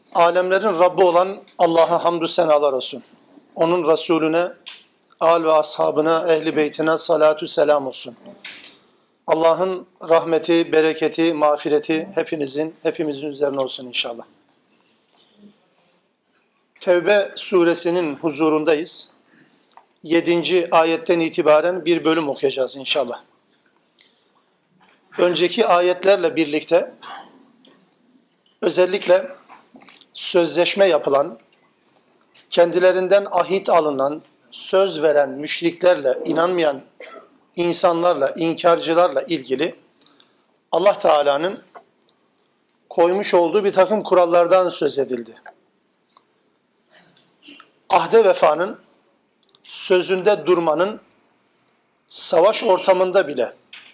Alemlerin Rabbi olan Allah'a hamdü senalar olsun. Onun Resulüne, âl ve ashabına, ehli beytine salatü selam olsun. Allah'ın rahmeti, bereketi, mağfireti hepimizin üzerine olsun inşallah. Tevbe suresinin huzurundayız. 7. ayetten itibaren bir bölüm okuyacağız inşallah. Önceki ayetlerle birlikte özellikle sözleşme yapılan, kendilerinden ahit alınan, söz veren müşriklerle, inanmayan insanlarla, inkarcılarla ilgili Allah Teala'nın koymuş olduğu bir takım kurallardan söz edildi. Ahde vefanın, sözünde durmanın, savaş ortamında bile,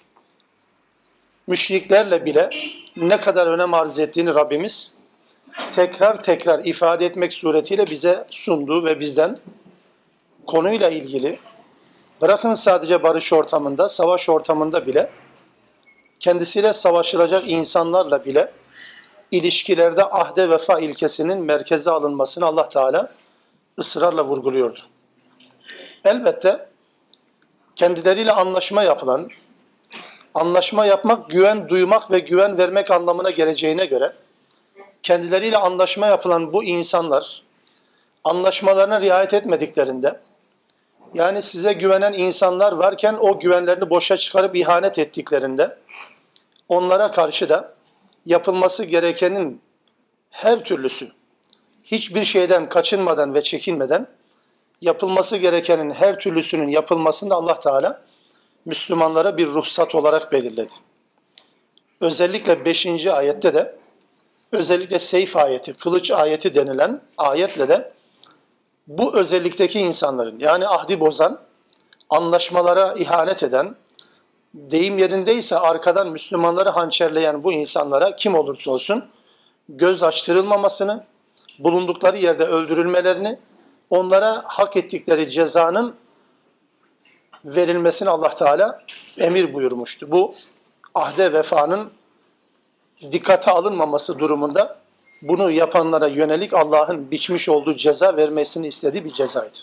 müşriklerle bile ne kadar önem arz ettiğini Rabbimiz tekrar tekrar ifade etmek suretiyle bize sundu ve bizden konuyla ilgili, bırakın sadece barış ortamında, savaş ortamında bile, kendisiyle savaşılacak insanlarla bile ilişkilerde ahde vefa ilkesinin merkeze alınmasını Allah Teala ısrarla vurguluyordu. Elbette kendileriyle anlaşma yapılan, anlaşma yapmak, güven duymak ve güven vermek anlamına geleceğine göre, kendileriyle anlaşma yapılan bu insanlar, anlaşmalarına riayet etmediklerinde, yani size güvenen insanlar varken o güvenlerini boşa çıkarıp ihanet ettiklerinde, onlara karşı da yapılması gerekenin her türlüsü, hiçbir şeyden kaçınmadan ve çekinmeden, yapılması gerekenin her türlüsünün yapılmasını da Allah Teala Müslümanlara bir ruhsat olarak belirledi. Özellikle 5. ayette de, özellikle seyf ayeti, kılıç ayeti denilen ayetle de bu özellikteki insanların, yani ahdi bozan, anlaşmalara ihanet eden, deyim yerindeyse arkadan Müslümanları hançerleyen bu insanlara kim olursa olsun göz açtırılmamasını, bulundukları yerde öldürülmelerini, onlara hak ettikleri cezanın verilmesini Allah Teala emir buyurmuştu. Bu ahde vefanın dikkate alınmaması durumunda bunu yapanlara yönelik Allah'ın biçmiş olduğu ceza vermesini istediği bir cezaydı.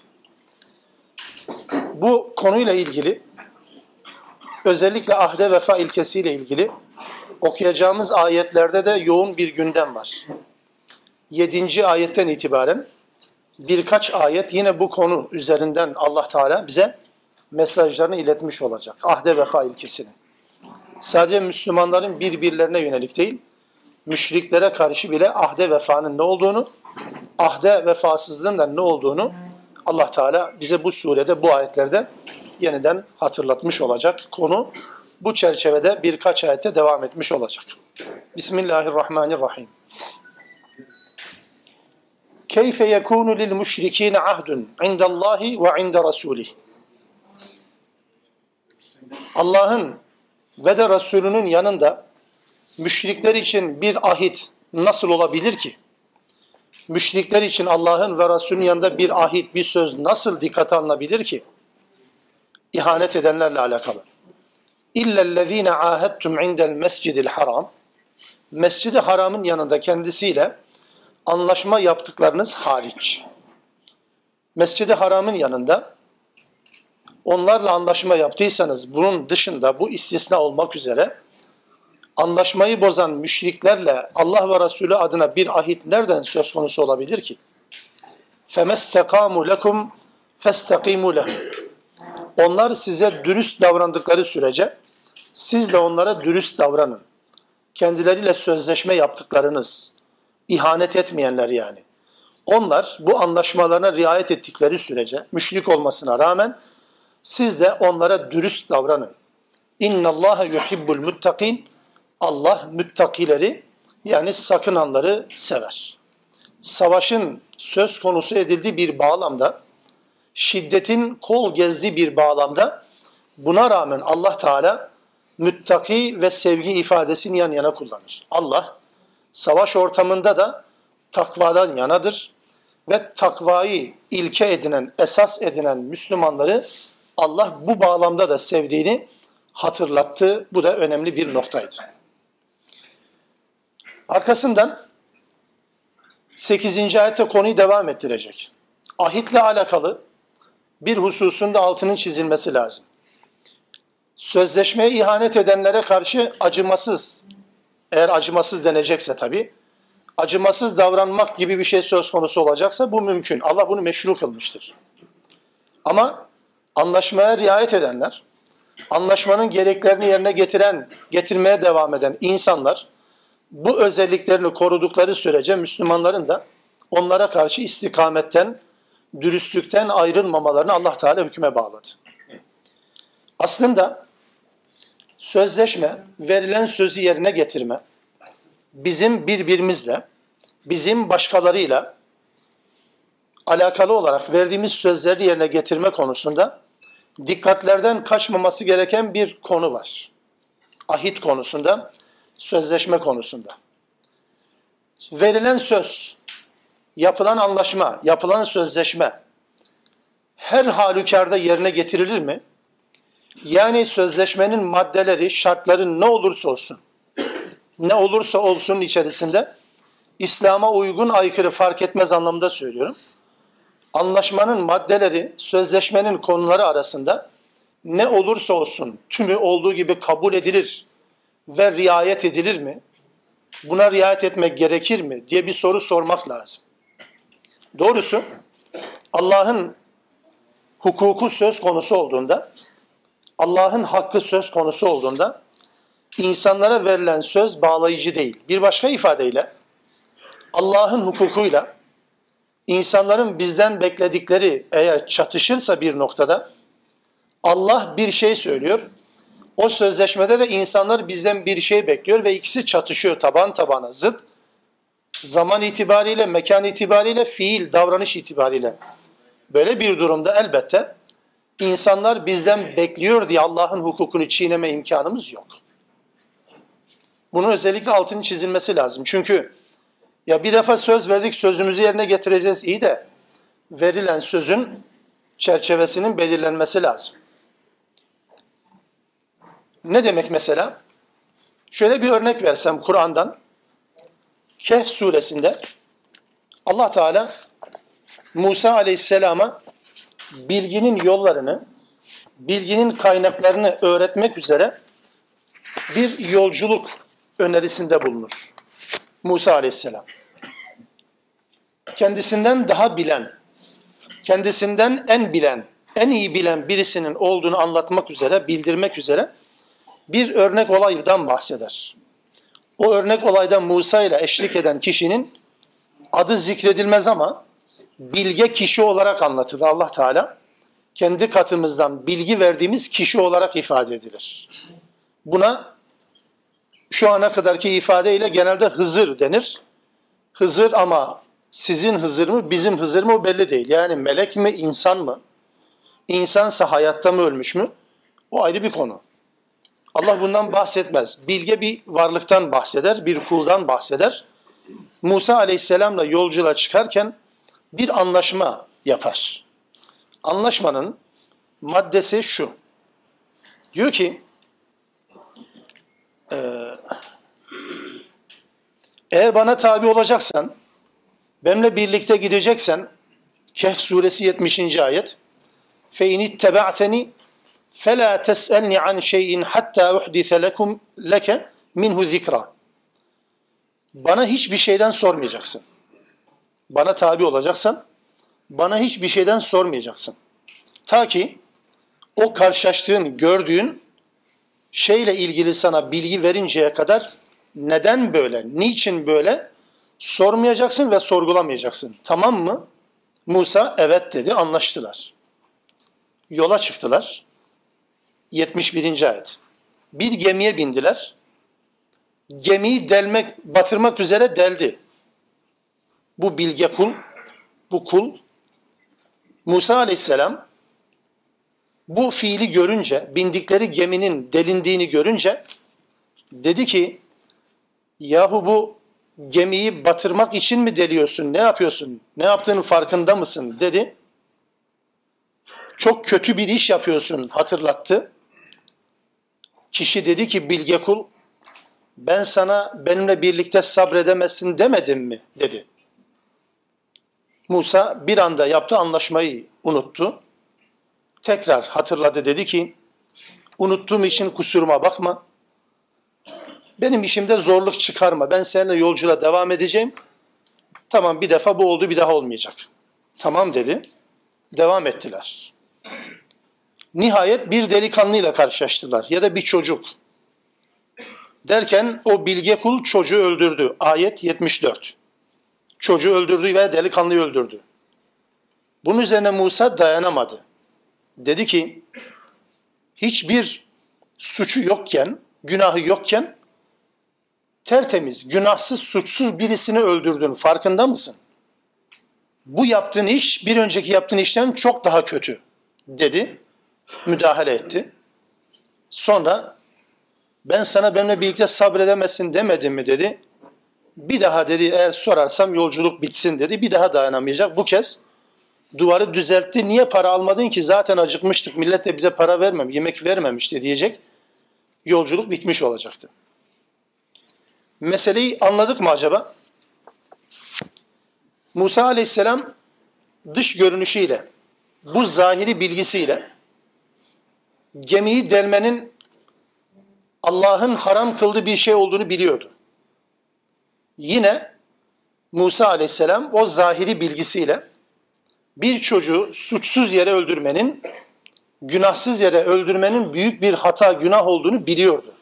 Bu konuyla ilgili, özellikle ahde vefa ilkesiyle ilgili okuyacağımız ayetlerde de yoğun bir gündem var. 7. ayetten itibaren birkaç ayet yine bu konu üzerinden Allah Teala bize mesajlarını iletmiş olacak. Ahde vefa ilkesinin. Sadece Müslümanların birbirlerine yönelik değil, müşriklere karşı bile ahde vefanın ne olduğunu, ahde vefasızlığın da ne olduğunu Allah Teala bize bu surede, bu ayetlerde yeniden hatırlatmış olacak. Konu bu çerçevede birkaç ayete devam etmiş olacak. Bismillahirrahmanirrahim. Keyfe yekunu lil müşrikîne ahdun indallahi ve inde rasulih. Allah'ın ve de Resulünün yanında müşrikler için bir ahit nasıl olabilir ki? Müşrikler için Allah'ın ve Resulünün yanında bir ahit, bir söz nasıl dikkate alınabilir ki? İhanet edenlerle alakalı. İllellezîne âhettum indel mescidil haram. Mescid-i Haram'ın yanında kendisiyle anlaşma yaptıklarınız hariç. Mescid-i Haram'ın yanında onlarla anlaşma yaptıysanız bunun dışında, bu istisna olmak üzere anlaşmayı bozan müşriklerle Allah ve Resulü adına bir ahit nereden söz konusu olabilir ki? فَمَسْتَقَامُ لَكُمْ فَاسْتَقِيمُوا لَهُمْ. Onlar size dürüst davrandıkları sürece siz de onlara dürüst davranın. Kendileriyle sözleşme yaptıklarınız, ihanet etmeyenler yani. Onlar bu anlaşmalarına riayet ettikleri sürece, müşrik olmasına rağmen siz de onlara dürüst davranın. اِنَّ اللّٰهَ يُحِبُّ الْمُتَّقِينَ. Allah müttakileri, yani sakınanları sever. Savaşın söz konusu edildiği bir bağlamda, şiddetin kol gezdiği bir bağlamda, buna rağmen Allah Teala müttaki ve sevgi ifadesini yan yana kullanır. Allah savaş ortamında da takvadan yanadır ve takvayı ilke edinen, esas edinen Müslümanları Allah bu bağlamda da sevdiğini hatırlattı. Bu da önemli bir noktaydı. Arkasından 8. ayette konuyu devam ettirecek. Ahitle alakalı bir hususunda altının çizilmesi lazım. Sözleşmeye ihanet edenlere karşı acımasız, eğer acımasız denecekse tabii, acımasız davranmak gibi bir şey söz konusu olacaksa bu mümkün. Allah bunu meşru kılmıştır. Ama anlaşmaya riayet edenler, anlaşmanın gereklerini yerine getirmeye devam eden insanlar, bu özelliklerini korudukları sürece Müslümanların da onlara karşı istikametten, dürüstlükten ayrılmamalarını Allah Teala hüküme bağladı. Aslında sözleşme, verilen sözü yerine getirme, bizim birbirimizle, bizim başkalarıyla alakalı olarak verdiğimiz sözleri yerine getirme konusunda dikkatlerden kaçmaması gereken bir konu var. Ahit konusunda, sözleşme konusunda. Verilen söz, yapılan anlaşma, yapılan sözleşme her halükarda yerine getirilir mi? Yani sözleşmenin maddeleri, şartları ne olursa olsun, ne olursa olsun içerisinde İslam'a uygun, aykırı fark etmez anlamda söylüyorum. Anlaşmanın maddeleri, sözleşmenin konuları arasında ne olursa olsun tümü olduğu gibi kabul edilir ve riayet edilir mi? Buna riayet etmek gerekir mi diye bir soru sormak lazım. Doğrusu Allah'ın hukuku söz konusu olduğunda, Allah'ın hakkı söz konusu olduğunda insanlara verilen söz bağlayıcı değil. Bir başka ifadeyle Allah'ın hukukuyla insanların bizden bekledikleri eğer çatışırsa bir noktada Allah bir şey söylüyor. O sözleşmede de insanlar bizden bir şey bekliyor ve ikisi çatışıyor taban tabana zıt. Zaman itibariyle, mekan itibariyle, fiil, davranış itibariyle. Böyle bir durumda elbette insanlar bizden bekliyor diye Allah'ın hukukunu çiğneme imkanımız yok. Bunun özellikle altının çizilmesi lazım. Çünkü ya bir defa söz verdik, sözümüzü yerine getireceğiz iyi de verilen sözün çerçevesinin belirlenmesi lazım. Ne demek mesela? Şöyle bir örnek versem Kur'an'dan. Kehf suresinde Allah Teala Musa Aleyhisselam'a bilginin yollarını, bilginin kaynaklarını öğretmek üzere bir yolculuk önerisinde bulunur. Musa Aleyhisselam. Kendisinden daha bilen, kendisinden en bilen, en iyi bilen birisinin olduğunu anlatmak üzere, bildirmek üzere bir örnek olaydan bahseder. O örnek olayda Musa ile eşlik eden kişinin adı zikredilmez ama bilge kişi olarak anlatılır Allah Teala. Kendi katımızdan bilgi verdiğimiz kişi olarak ifade edilir. Buna şu ana kadarki ifadeyle genelde Hızır denir. Hızır ama sizin Hızır mı, bizim Hızır mı o belli değil. Yani melek mi, insan mı? İnsansa hayatta mı, ölmüş mü? O ayrı bir konu. Allah bundan bahsetmez. Bilge bir varlıktan bahseder, bir kuldan bahseder. Musa Aleyhisselam'la yolculuğa çıkarken bir anlaşma yapar. Anlaşmanın maddesi şu. Diyor ki, eğer bana tabi olacaksan, benimle birlikte gideceksen, Kehf suresi 70. ayet, فَاِنِ اتَّبَعْتَنِي فَلَا تَسْأَلْنِ عَنْ شَيْءٍ حَتَّى اُحْدِثَ لَكَ مِنْهُ ذِكْرًا. Bana hiçbir şeyden sormayacaksın. Bana tabi olacaksan, bana hiçbir şeyden sormayacaksın. Ta ki o karşılaştığın, gördüğün şeyle ilgili sana bilgi verinceye kadar neden böyle, niçin böyle sormayacaksın ve sorgulamayacaksın. Tamam mı? Musa evet dedi, anlaştılar. Yola çıktılar. 71. ayet. Bir gemiye bindiler. Gemiyi batırmak üzere deldi. Bu bilge kul, bu kul, Musa Aleyhisselam bu fiili görünce, bindikleri geminin delindiğini görünce dedi ki, yahu bu gemiyi batırmak için mi deliyorsun, ne yapıyorsun, ne yaptığının farkında mısın dedi. Çok kötü bir iş yapıyorsun hatırlattı. Kişi dedi ki bilge kul, ben sana benimle birlikte sabredemezsin demedim mi dedi. Musa bir anda yaptığı anlaşmayı unuttu. Tekrar hatırladı, dedi ki unuttuğum için kusuruma bakma. Benim işimde zorluk çıkarma. Ben seninle yolculuğa devam edeceğim. Tamam, bir defa bu oldu, bir daha olmayacak. Tamam dedi. Devam ettiler. Nihayet bir delikanlıyla karşılaştılar ya da bir çocuk. Derken o bilge kul çocuğu öldürdü. Ayet 74. Çocuğu öldürdü ve delikanlıyı öldürdü. Bunun üzerine Musa dayanamadı. Dedi ki hiçbir suçu yokken, günahı yokken tertemiz, günahsız, suçsuz birisini öldürdün. Farkında mısın? Bu yaptığın iş bir önceki yaptığın işten çok daha kötü dedi. Müdahale etti. Sonra ben sana benimle birlikte sabredemezsin demedim mi dedi. Bir daha dedi, eğer sorarsam yolculuk bitsin dedi. Bir daha dayanamayacak. Bu kez duvarı düzeltti. Niye para almadın ki? Zaten acıkmıştık. Millet de bize para vermemiş, yemek vermemişti diyecek. Yolculuk bitmiş olacaktı. Meseleyi anladık mı acaba? Musa aleyhisselam dış görünüşüyle, bu zahiri bilgisiyle gemiyi delmenin Allah'ın haram kıldığı bir şey olduğunu biliyordu. Yine Musa aleyhisselam o zahiri bilgisiyle bir çocuğu suçsuz yere öldürmenin, günahsız yere öldürmenin büyük bir hata, günah olduğunu biliyordu.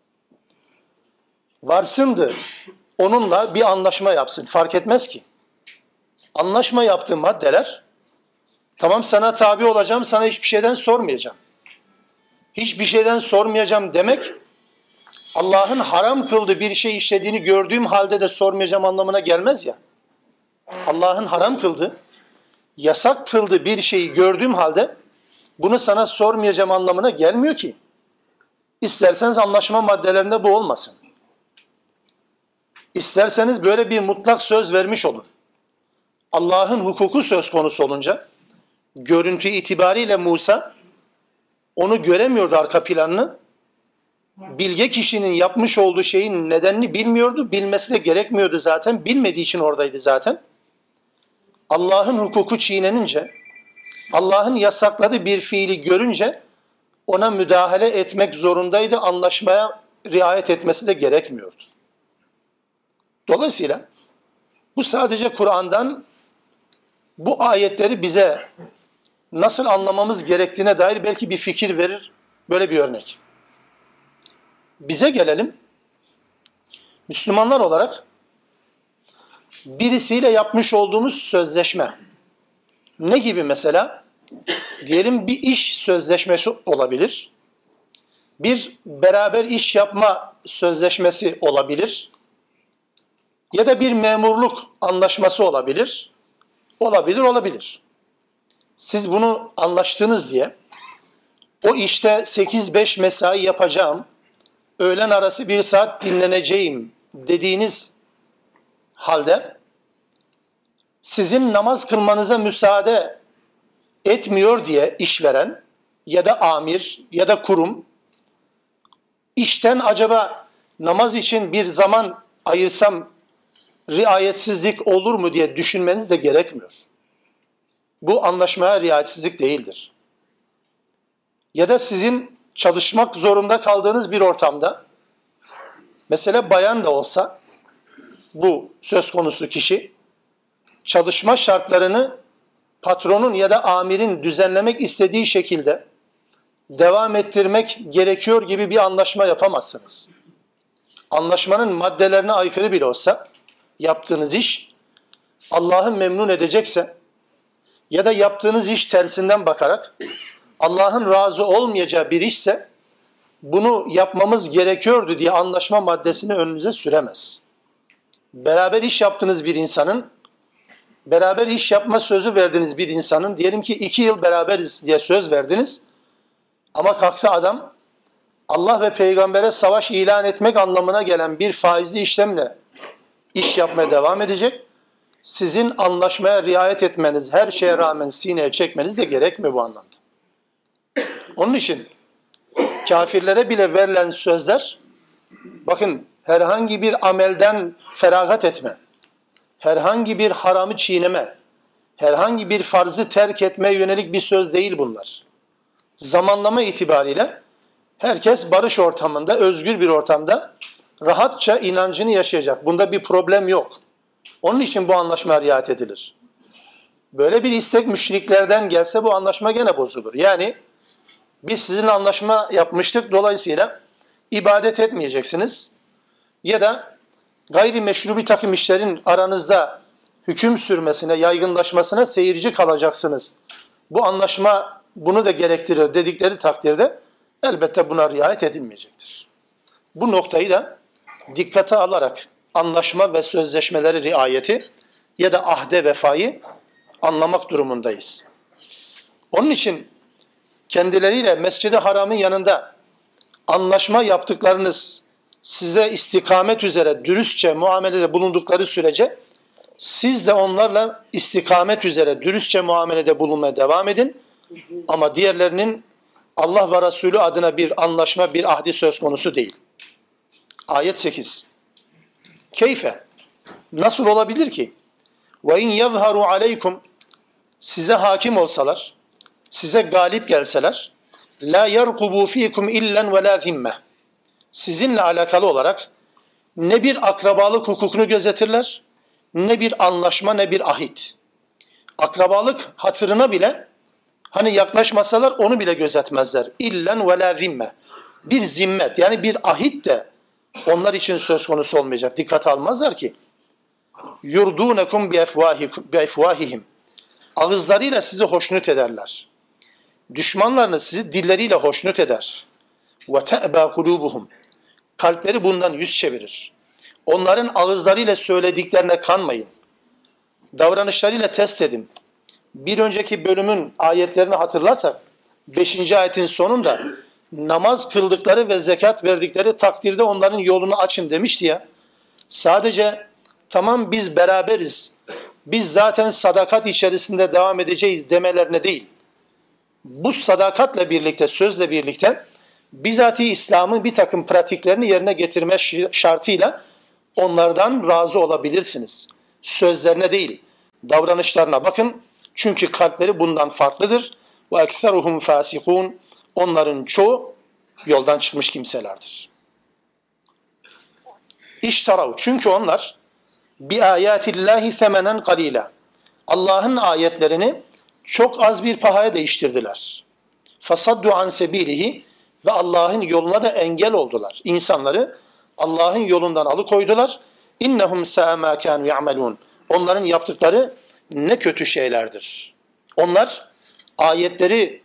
Varsındı onunla bir anlaşma yapsın, fark etmez ki. Anlaşma yaptığı maddeler, tamam sana tabi olacağım, sana hiçbir şeyden sormayacağım. Hiçbir şeyden sormayacağım demek, Allah'ın haram kıldığı bir şey işlediğini gördüğüm halde de sormayacağım anlamına gelmez ya. Allah'ın haram kıldığı, yasak kıldığı bir şeyi gördüğüm halde bunu sana sormayacağım anlamına gelmiyor ki. İsterseniz anlaşma maddelerinde bu olmasın. İsterseniz böyle bir mutlak söz vermiş olun. Allah'ın hukuku söz konusu olunca, görüntü itibariyle Musa onu göremiyordu, arka planını. Bilge kişinin yapmış olduğu şeyin nedenini bilmiyordu. Bilmesi de gerekmiyordu zaten. Bilmediği için oradaydı zaten. Allah'ın hukuku çiğnenince, Allah'ın yasakladığı bir fiili görünce ona müdahale etmek zorundaydı. Anlaşmaya riayet etmesi de gerekmiyordu. Dolayısıyla bu sadece Kur'an'dan bu ayetleri bize nasıl anlamamız gerektiğine dair belki bir fikir verir. Böyle bir örnek. Bize gelelim. Müslümanlar olarak birisiyle yapmış olduğumuz sözleşme. Ne gibi mesela? Diyelim bir iş sözleşmesi olabilir. Bir beraber iş yapma sözleşmesi olabilir. Ya da bir memurluk anlaşması olabilir. Olabilir. Siz bunu anlaştınız diye o işte 8-5 mesai yapacağım, öğlen arası 1 saat dinleneceğim dediğiniz halde sizin namaz kılmanıza müsaade etmiyor diye işveren ya da amir ya da kurum işten acaba namaz için bir zaman ayırsam riayetsizlik olur mu diye düşünmeniz de gerekmiyor. Bu anlaşmaya riayetsizlik değildir. Ya da sizin çalışmak zorunda kaldığınız bir ortamda, mesela bayan da olsa bu söz konusu kişi, çalışma şartlarını patronun ya da amirin düzenlemek istediği şekilde devam ettirmek gerekiyor gibi bir anlaşma yapamazsınız. Anlaşmanın maddelerine aykırı bile olsa yaptığınız iş Allah'ı memnun edecekse ya da yaptığınız iş tersinden bakarak Allah'ın razı olmayacağı bir işse bunu yapmamız gerekiyordu diye anlaşma maddesini önünüze süremez. Beraber iş yaptığınız bir insanın, beraber iş yapma sözü verdiğiniz bir insanın, diyelim ki 2 yıl beraberiz diye söz verdiniz ama kalktı adam Allah ve peygambere savaş ilan etmek anlamına gelen bir faizli işlemle iş yapmaya devam edecek. Sizin anlaşmaya riayet etmeniz, her şeye rağmen sineye çekmeniz de gerekmiyor bu anlamda. Onun için kafirlere bile verilen sözler, bakın herhangi bir amelden feragat etme, herhangi bir haramı çiğneme, Herhangi bir farzı terk etmeye yönelik bir söz değil bunlar. Zamanlama itibariyle herkes barış ortamında, özgür bir ortamda rahatça inancını yaşayacak. Bunda bir problem yok. Onun için bu anlaşmaya riayet edilir. Böyle bir istek müşriklerden gelse bu anlaşma gene bozulur. Yani biz sizinle anlaşma yapmıştık, dolayısıyla ibadet etmeyeceksiniz ya da gayrimeşru bir takım işlerin aranızda hüküm sürmesine, yaygınlaşmasına seyirci kalacaksınız. Bu anlaşma bunu da gerektirir dedikleri takdirde elbette buna riayet edilmeyecektir. Bu noktayı da dikkate alarak anlaşma ve sözleşmeleri riayeti ya da ahde vefayı anlamak durumundayız. Onun için kendileriyle Mescid-i Haram'ın yanında anlaşma yaptıklarınız size istikamet üzere dürüstçe muamelede bulundukları sürece siz de onlarla istikamet üzere dürüstçe muamelede bulunmaya devam edin. Ama diğerlerinin Allah ve Resulü adına bir anlaşma, bir ahdi söz konusu değil. Ayet 8. Keyfe? Nasıl olabilir ki? Ve in yezharu aleykum, size hakim olsalar, size galip gelseler, la yerkubu fikum illen ve la zimme. Sizinle alakalı olarak ne bir akrabalık hukukunu gözetirler, ne bir anlaşma, ne bir ahit. Akrabalık hatırına bile hani yaklaşmasalar onu bile gözetmezler. İllen ve la zimme. Bir zimmet yani bir ahit de onlar için söz konusu olmayacak. Dikkate almazlar ki. Yurdunekum bi efvahihim. Ağızlarıyla sizi hoşnut ederler. Düşmanlarınız sizi dilleriyle hoşnut eder. Ve te'bâ kulûbuhum. Kalpleri bundan yüz çevirir. Onların ağızlarıyla söylediklerine kanmayın. Davranışlarıyla test edin. Bir önceki bölümün ayetlerini hatırlarsak 5. ayetin sonunda namaz kıldıkları ve zekat verdikleri takdirde onların yolunu açın demişti ya. Sadece tamam biz beraberiz, biz zaten sadakat içerisinde devam edeceğiz demelerine değil. Bu sadakatle birlikte, sözle birlikte bizatihi İslam'ın bir takım pratiklerini yerine getirme şartıyla onlardan razı olabilirsiniz. Sözlerine değil, davranışlarına bakın. Çünkü kalpleri bundan farklıdır. Ve ekseruhum fasikun. Onların çoğu yoldan çıkmış kimselerdir. İştarav. Çünkü onlar bi ayatillahi semenen kalila. Allah'ın ayetlerini çok az bir pahaya değiştirdiler. Fasaddu an sebilihi ve Allah'ın yoluna da engel oldular. İnsanları Allah'ın yolundan alıkoydular. İnnehum sa'a ma kanu ya'melun. Onların yaptıkları ne kötü şeylerdir. Onlar ayetleri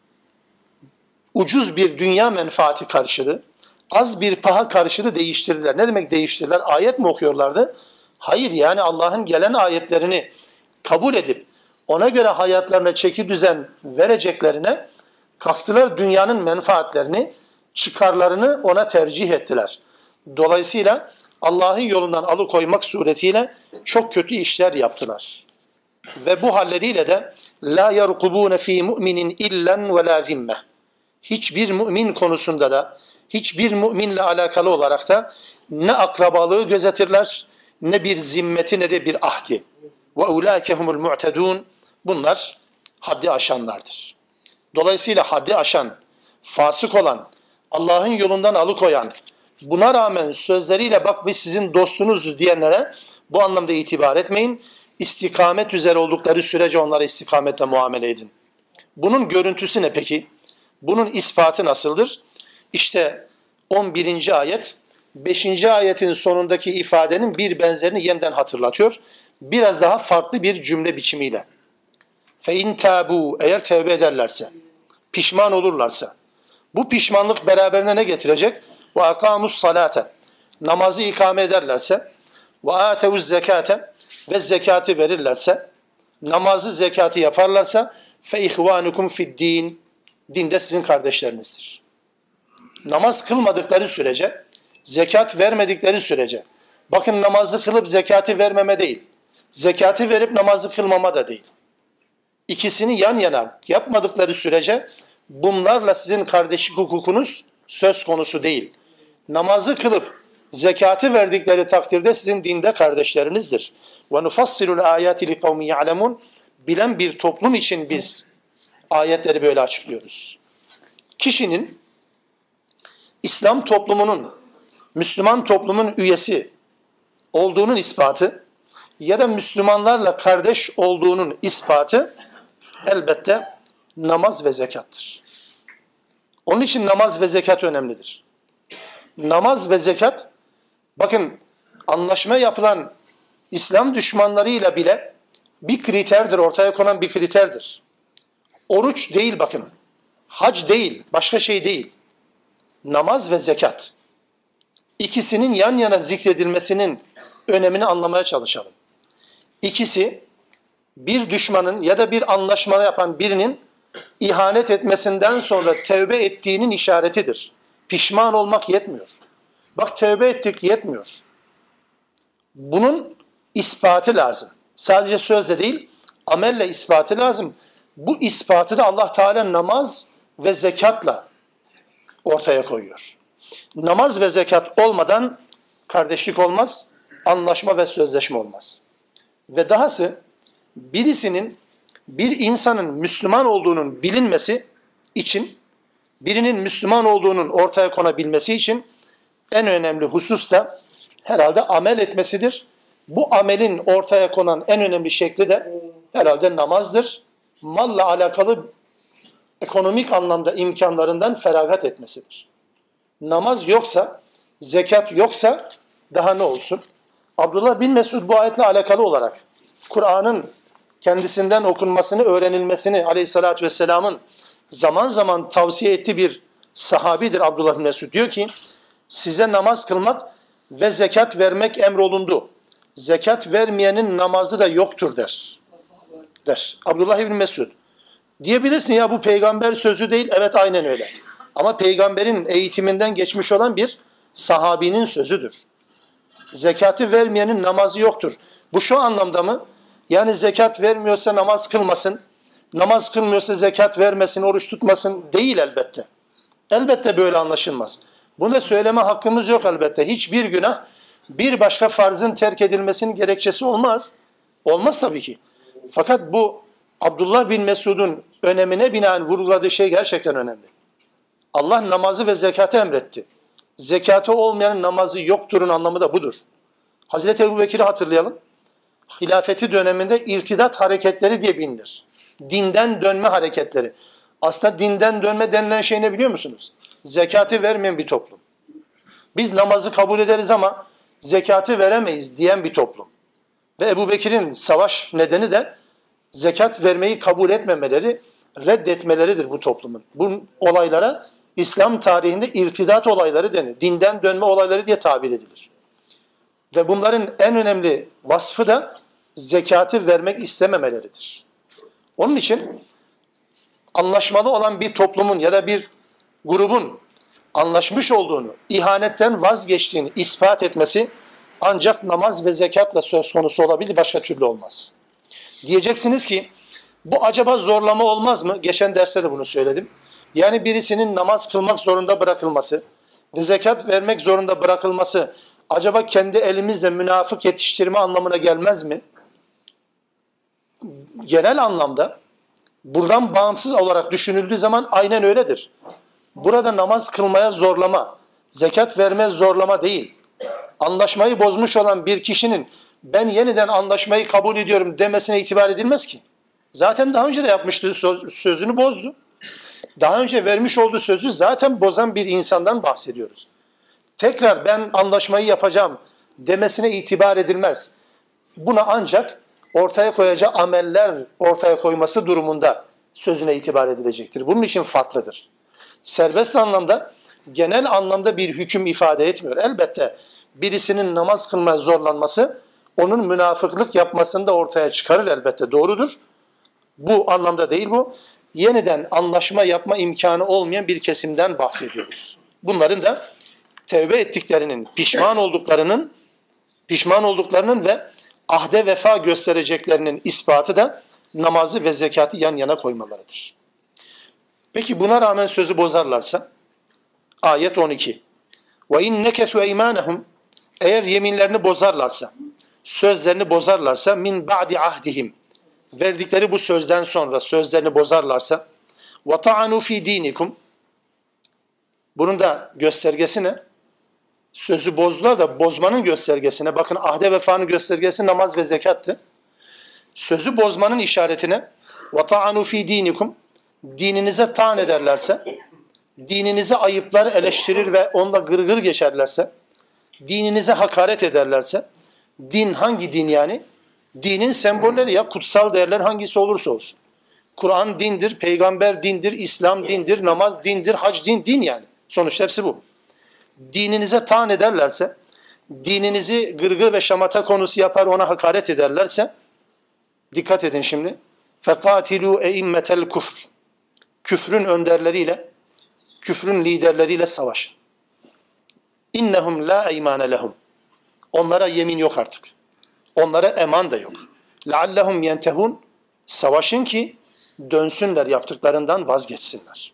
ucuz bir dünya menfaati karşılığı, az bir paha karşılığı değiştirdiler. Ne demek değiştirdiler? Ayet mi okuyorlardı? Hayır, yani Allah'ın gelen ayetlerini kabul edip ona göre hayatlarına çeki düzen vereceklerine kalktılar, dünyanın menfaatlerini, çıkarlarını ona tercih ettiler. Dolayısıyla Allah'ın yolundan alıkoymak suretiyle çok kötü işler yaptılar. Ve bu halleriyle de la yerkubune fi mu'minin illen ve la zimme. Hiçbir mümin konusunda da, hiçbir müminle alakalı olarak da ne akrabalığı gözetirler, ne bir zimmeti ne de bir ahdi. Ve ulaike humul mu'tedun. Bunlar haddi aşanlardır. Dolayısıyla haddi aşan, fasık olan, Allah'ın yolundan alıkoyan, buna rağmen sözleriyle bak biz sizin dostunuzuz diyenlere bu anlamda itibar etmeyin. İstikamet üzere oldukları sürece onlara istikametle muamele edin. Bunun görüntüsü ne peki? Bunun ispatı nasıldır? İşte 11. ayet, 5. ayetin sonundaki ifadenin bir benzerini yeniden hatırlatıyor. Biraz daha farklı bir cümle biçimiyle. فَاِنْ تَابُوا Eğer tevbe ederlerse, pişman olurlarsa, bu pişmanlık beraberine ne getirecek? وَاَقَامُوا الصَّلَاةَ Namazı ikame ederlerse, وَاَاتَوُوا الزَّكَاةَ Ve zekatı verirlerse, namazı zekatı yaparlarsa, فَاِخْوَانُكُمْ فِي الدِّينِ Dinde sizin kardeşlerinizdir. Namaz kılmadıkları sürece, zekat vermedikleri sürece, bakın namazı kılıp zekatı vermeme değil, zekatı verip namazı kılmama da değil. İkisini yan yana yapmadıkları sürece bunlarla sizin kardeşlik hukukunuz söz konusu değil. Namazı kılıp zekatı verdikleri takdirde sizin dinde kardeşlerinizdir. Ve nufassilul ayati liqaumin ya'lemun. bilen bir toplum için biz ayetleri böyle açıklıyoruz. Kişinin İslam toplumunun, Müslüman toplumun üyesi olduğunun ispatı ya da Müslümanlarla kardeş olduğunun ispatı elbette namaz ve zekattır. Onun için namaz ve zekat önemlidir. Namaz ve zekat, bakın anlaşma yapılan İslam düşmanlarıyla bile bir kriterdir, ortaya konan bir kriterdir. Oruç değil bakın, hac değil, başka şey değil. Namaz ve zekat. İkisinin yan yana zikredilmesinin önemini anlamaya çalışalım. İkisi bir düşmanın ya da bir anlaşma yapan birinin ihanet etmesinden sonra tevbe ettiğinin işaretidir. Pişman olmak yetmiyor. Bak tevbe ettik yetmiyor. Bunun ispatı lazım. Sadece sözle değil, amelle ispatı lazım. Bu ispatı da Allah Teala namaz ve zekatla ortaya koyuyor. Namaz ve zekat olmadan kardeşlik olmaz, anlaşma ve sözleşme olmaz. Ve dahası bir insanın Müslüman olduğunun bilinmesi için, birinin Müslüman olduğunun ortaya konabilmesi için en önemli husus da herhalde amel etmesidir. Bu amelin ortaya konan en önemli şekli de herhalde namazdır. Malla alakalı ekonomik anlamda imkanlarından feragat etmesidir. Namaz yoksa, zekat yoksa daha ne olsun? Abdullah bin Mesud bu ayetle alakalı olarak Kur'an'ın kendisinden okunmasını, öğrenilmesini Aleyhisselatü Vesselam'ın zaman zaman tavsiye ettiği bir sahabidir Abdullah bin Mesud. Diyor ki, size namaz kılmak ve zekat vermek emrolundu. Zekat vermeyenin namazı da yoktur der. Abdullah bin Mesud. Diyebilirsin ya bu peygamber sözü değil. Evet aynen öyle. Ama peygamberin eğitiminden geçmiş olan bir sahabinin sözüdür. Zekatı vermeyenin namazı yoktur. Bu şu anlamda mı? Yani zekat vermiyorsa namaz kılmasın, namaz kılmıyorsa zekat vermesin, oruç tutmasın değil elbette. Elbette böyle anlaşılmaz. Bunu da söyleme hakkımız yok elbette. Hiçbir günah bir başka farzın terk edilmesinin gerekçesi olmaz. Olmaz tabii ki. Fakat bu Abdullah bin Mesud'un önemine binaen vurguladığı şey gerçekten önemli. Allah namazı ve zekatı emretti. Zekatı olmayanın namazı yokturun anlamı da budur. Hazreti Ebubekir'i hatırlayalım. Hilafeti döneminde irtidat hareketleri diye bilinir. Dinden dönme hareketleri. Aslında dinden dönme denilen şey ne biliyor musunuz? Zekatı vermeyen bir toplum. Biz namazı kabul ederiz ama zekatı veremeyiz diyen bir toplum. Ve Ebubekir'in savaş nedeni de zekat vermeyi kabul etmemeleri, reddetmeleridir bu toplumun. Bu olaylara İslam tarihinde irtidat olayları denir. Dinden dönme olayları diye tabir edilir. Ve bunların en önemli vasfı da zekatı vermek istememeleridir. Onun için anlaşmalı olan bir toplumun ya da bir grubun anlaşmış olduğunu, ihanetten vazgeçtiğini ispat etmesi ancak namaz ve zekatla söz konusu olabilir, başka türlü olmaz. Diyeceksiniz ki bu acaba zorlama olmaz mı? Geçen derste de bunu söyledim. Yani birisinin namaz kılmak zorunda bırakılması ve zekat vermek zorunda bırakılması acaba kendi elimizle münafık yetiştirme anlamına gelmez mi? Genel anlamda buradan bağımsız olarak düşünüldüğü zaman aynen öyledir. Burada namaz kılmaya zorlama, zekat vermeye zorlama değil. Anlaşmayı bozmuş olan bir kişinin ben yeniden anlaşmayı kabul ediyorum demesine itibar edilmez ki. Zaten daha önce de yapmıştı, sözünü bozdu. Daha önce vermiş olduğu sözü zaten bozan bir insandan bahsediyoruz. Tekrar ben anlaşmayı yapacağım demesine itibar edilmez. Buna ancak ortaya koyacağı ameller ortaya koyması durumunda sözüne itibar edilecektir. Bunun için farklıdır. Serbest anlamda, genel anlamda bir hüküm ifade etmiyor. Elbette birisinin namaz kılmaya zorlanması onun münafıklık yapmasını da ortaya çıkarır elbette, doğrudur. Bu anlamda değil bu. Yeniden anlaşma yapma imkanı olmayan bir kesimden bahsediyoruz. Bunların da tevbe ettiklerinin, pişman olduklarının ve ahde vefa göstereceklerinin ispatı da namazı ve zekatı yan yana koymalarıdır. Peki buna rağmen sözü bozarlarsa? Ayet 12. وَاِنْ نَكَثُوا اَيْمَانَهُمْ Eğer yeminlerini bozarlarsa, sözlerini bozarlarsa min ba'di ahdihim verdikleri bu sözden sonra sözlerini bozarlarsa وَطَعَنُوا ف۪ي د۪ينِكُمْ bunun da göstergesi ne? Sözü bozdular da bozmanın göstergesine. Bakın ahde vefanın göstergesi namaz ve zekattı. Sözü bozmanın işaretine وَطَعَنُوا ف۪ي د۪ينِكُمْ dininize taan ederlerse, dininize ayıplar eleştirir ve onunla gırgır geçerlerse, dininize hakaret ederlerse, din hangi din yani? Dinin sembolleri ya, kutsal değerler hangisi olursa olsun. Kur'an dindir, peygamber dindir, İslam dindir, namaz dindir, hac din yani. Sonuçta hepsi bu. Dininize taan ederlerse, dininizi gırgır ve şamata konusu yapar, ona hakaret ederlerse, dikkat edin şimdi. فَقَاتِلُوا اَئِمَّةَ الْكُفْرِ küfrün önderleriyle, küfrün liderleriyle savaşın. İnnehum la eymane lehum. Onlara yemin yok artık. Onlara eman da yok. Leallehum yentehun. Savaşın ki dönsünler, yaptıklarından vazgeçsinler.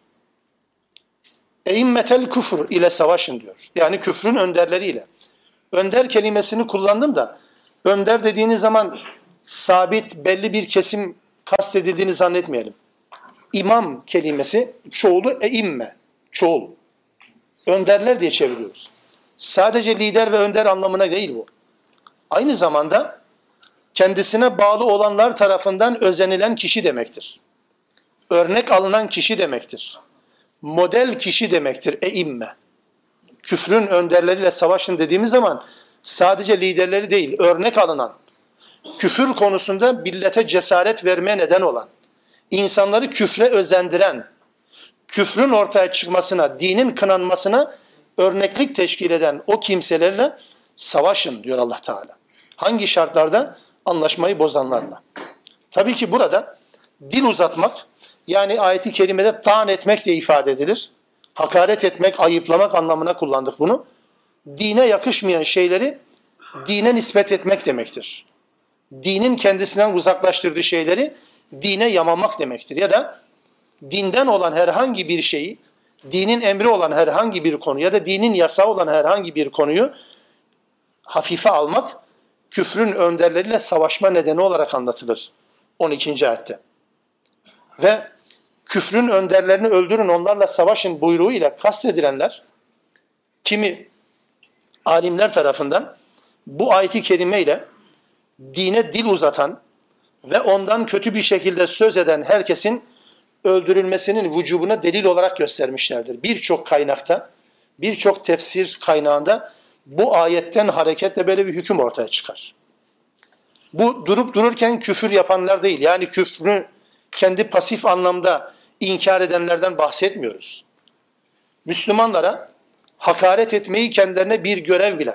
Eimmetel küfür ile savaşın diyor. Yani küfrün önderleriyle. Önder kelimesini kullandım da önder dediğiniz zaman sabit belli bir kesim kastedildiğini zannetmeyelim. İmam kelimesi çoğulu eimme, çoğul. Önderler diye çeviriyoruz. Sadece lider ve önder anlamına değil bu. Aynı zamanda kendisine bağlı olanlar tarafından özenilen kişi demektir. Örnek alınan kişi demektir. Model kişi demektir eimme. Küfrün önderleriyle savaşın dediğimiz zaman sadece liderleri değil, örnek alınan, küfür konusunda millete cesaret vermeye neden olan, İnsanları küfre özendiren, küfrün ortaya çıkmasına, dinin kınanmasına örneklik teşkil eden o kimselerle savaşın diyor Allah Teala. Hangi şartlarda? Anlaşmayı bozanlarla. Tabii ki burada dil uzatmak, yani ayeti kerimede taan etmek diye ifade edilir. Hakaret etmek, ayıplamak anlamına kullandık bunu. Dine yakışmayan şeyleri dine nispet etmek demektir. Dinin kendisinden uzaklaştırdığı şeyleri dine yamamak demektir. Ya da dinden olan herhangi bir şeyi, dinin emri olan herhangi bir konu ya da dinin yasağı olan herhangi bir konuyu hafife almak, küfrün önderleriyle savaşma nedeni olarak anlatılır 12. ayette. Ve küfrün önderlerini öldürün, onlarla savaşın buyruğu ile kastedilenler, kimi alimler tarafından bu ayet-i kerime ile dine dil uzatan ve ondan kötü bir şekilde söz eden herkesin öldürülmesinin vücubuna delil olarak göstermişlerdir. Birçok kaynakta, birçok tefsir kaynağında bu ayetten hareketle böyle bir hüküm ortaya çıkar. Bu durup dururken küfür yapanlar değil, yani küfrü kendi pasif anlamda inkar edenlerden bahsetmiyoruz. Müslümanlara hakaret etmeyi kendilerine bir görev bilen,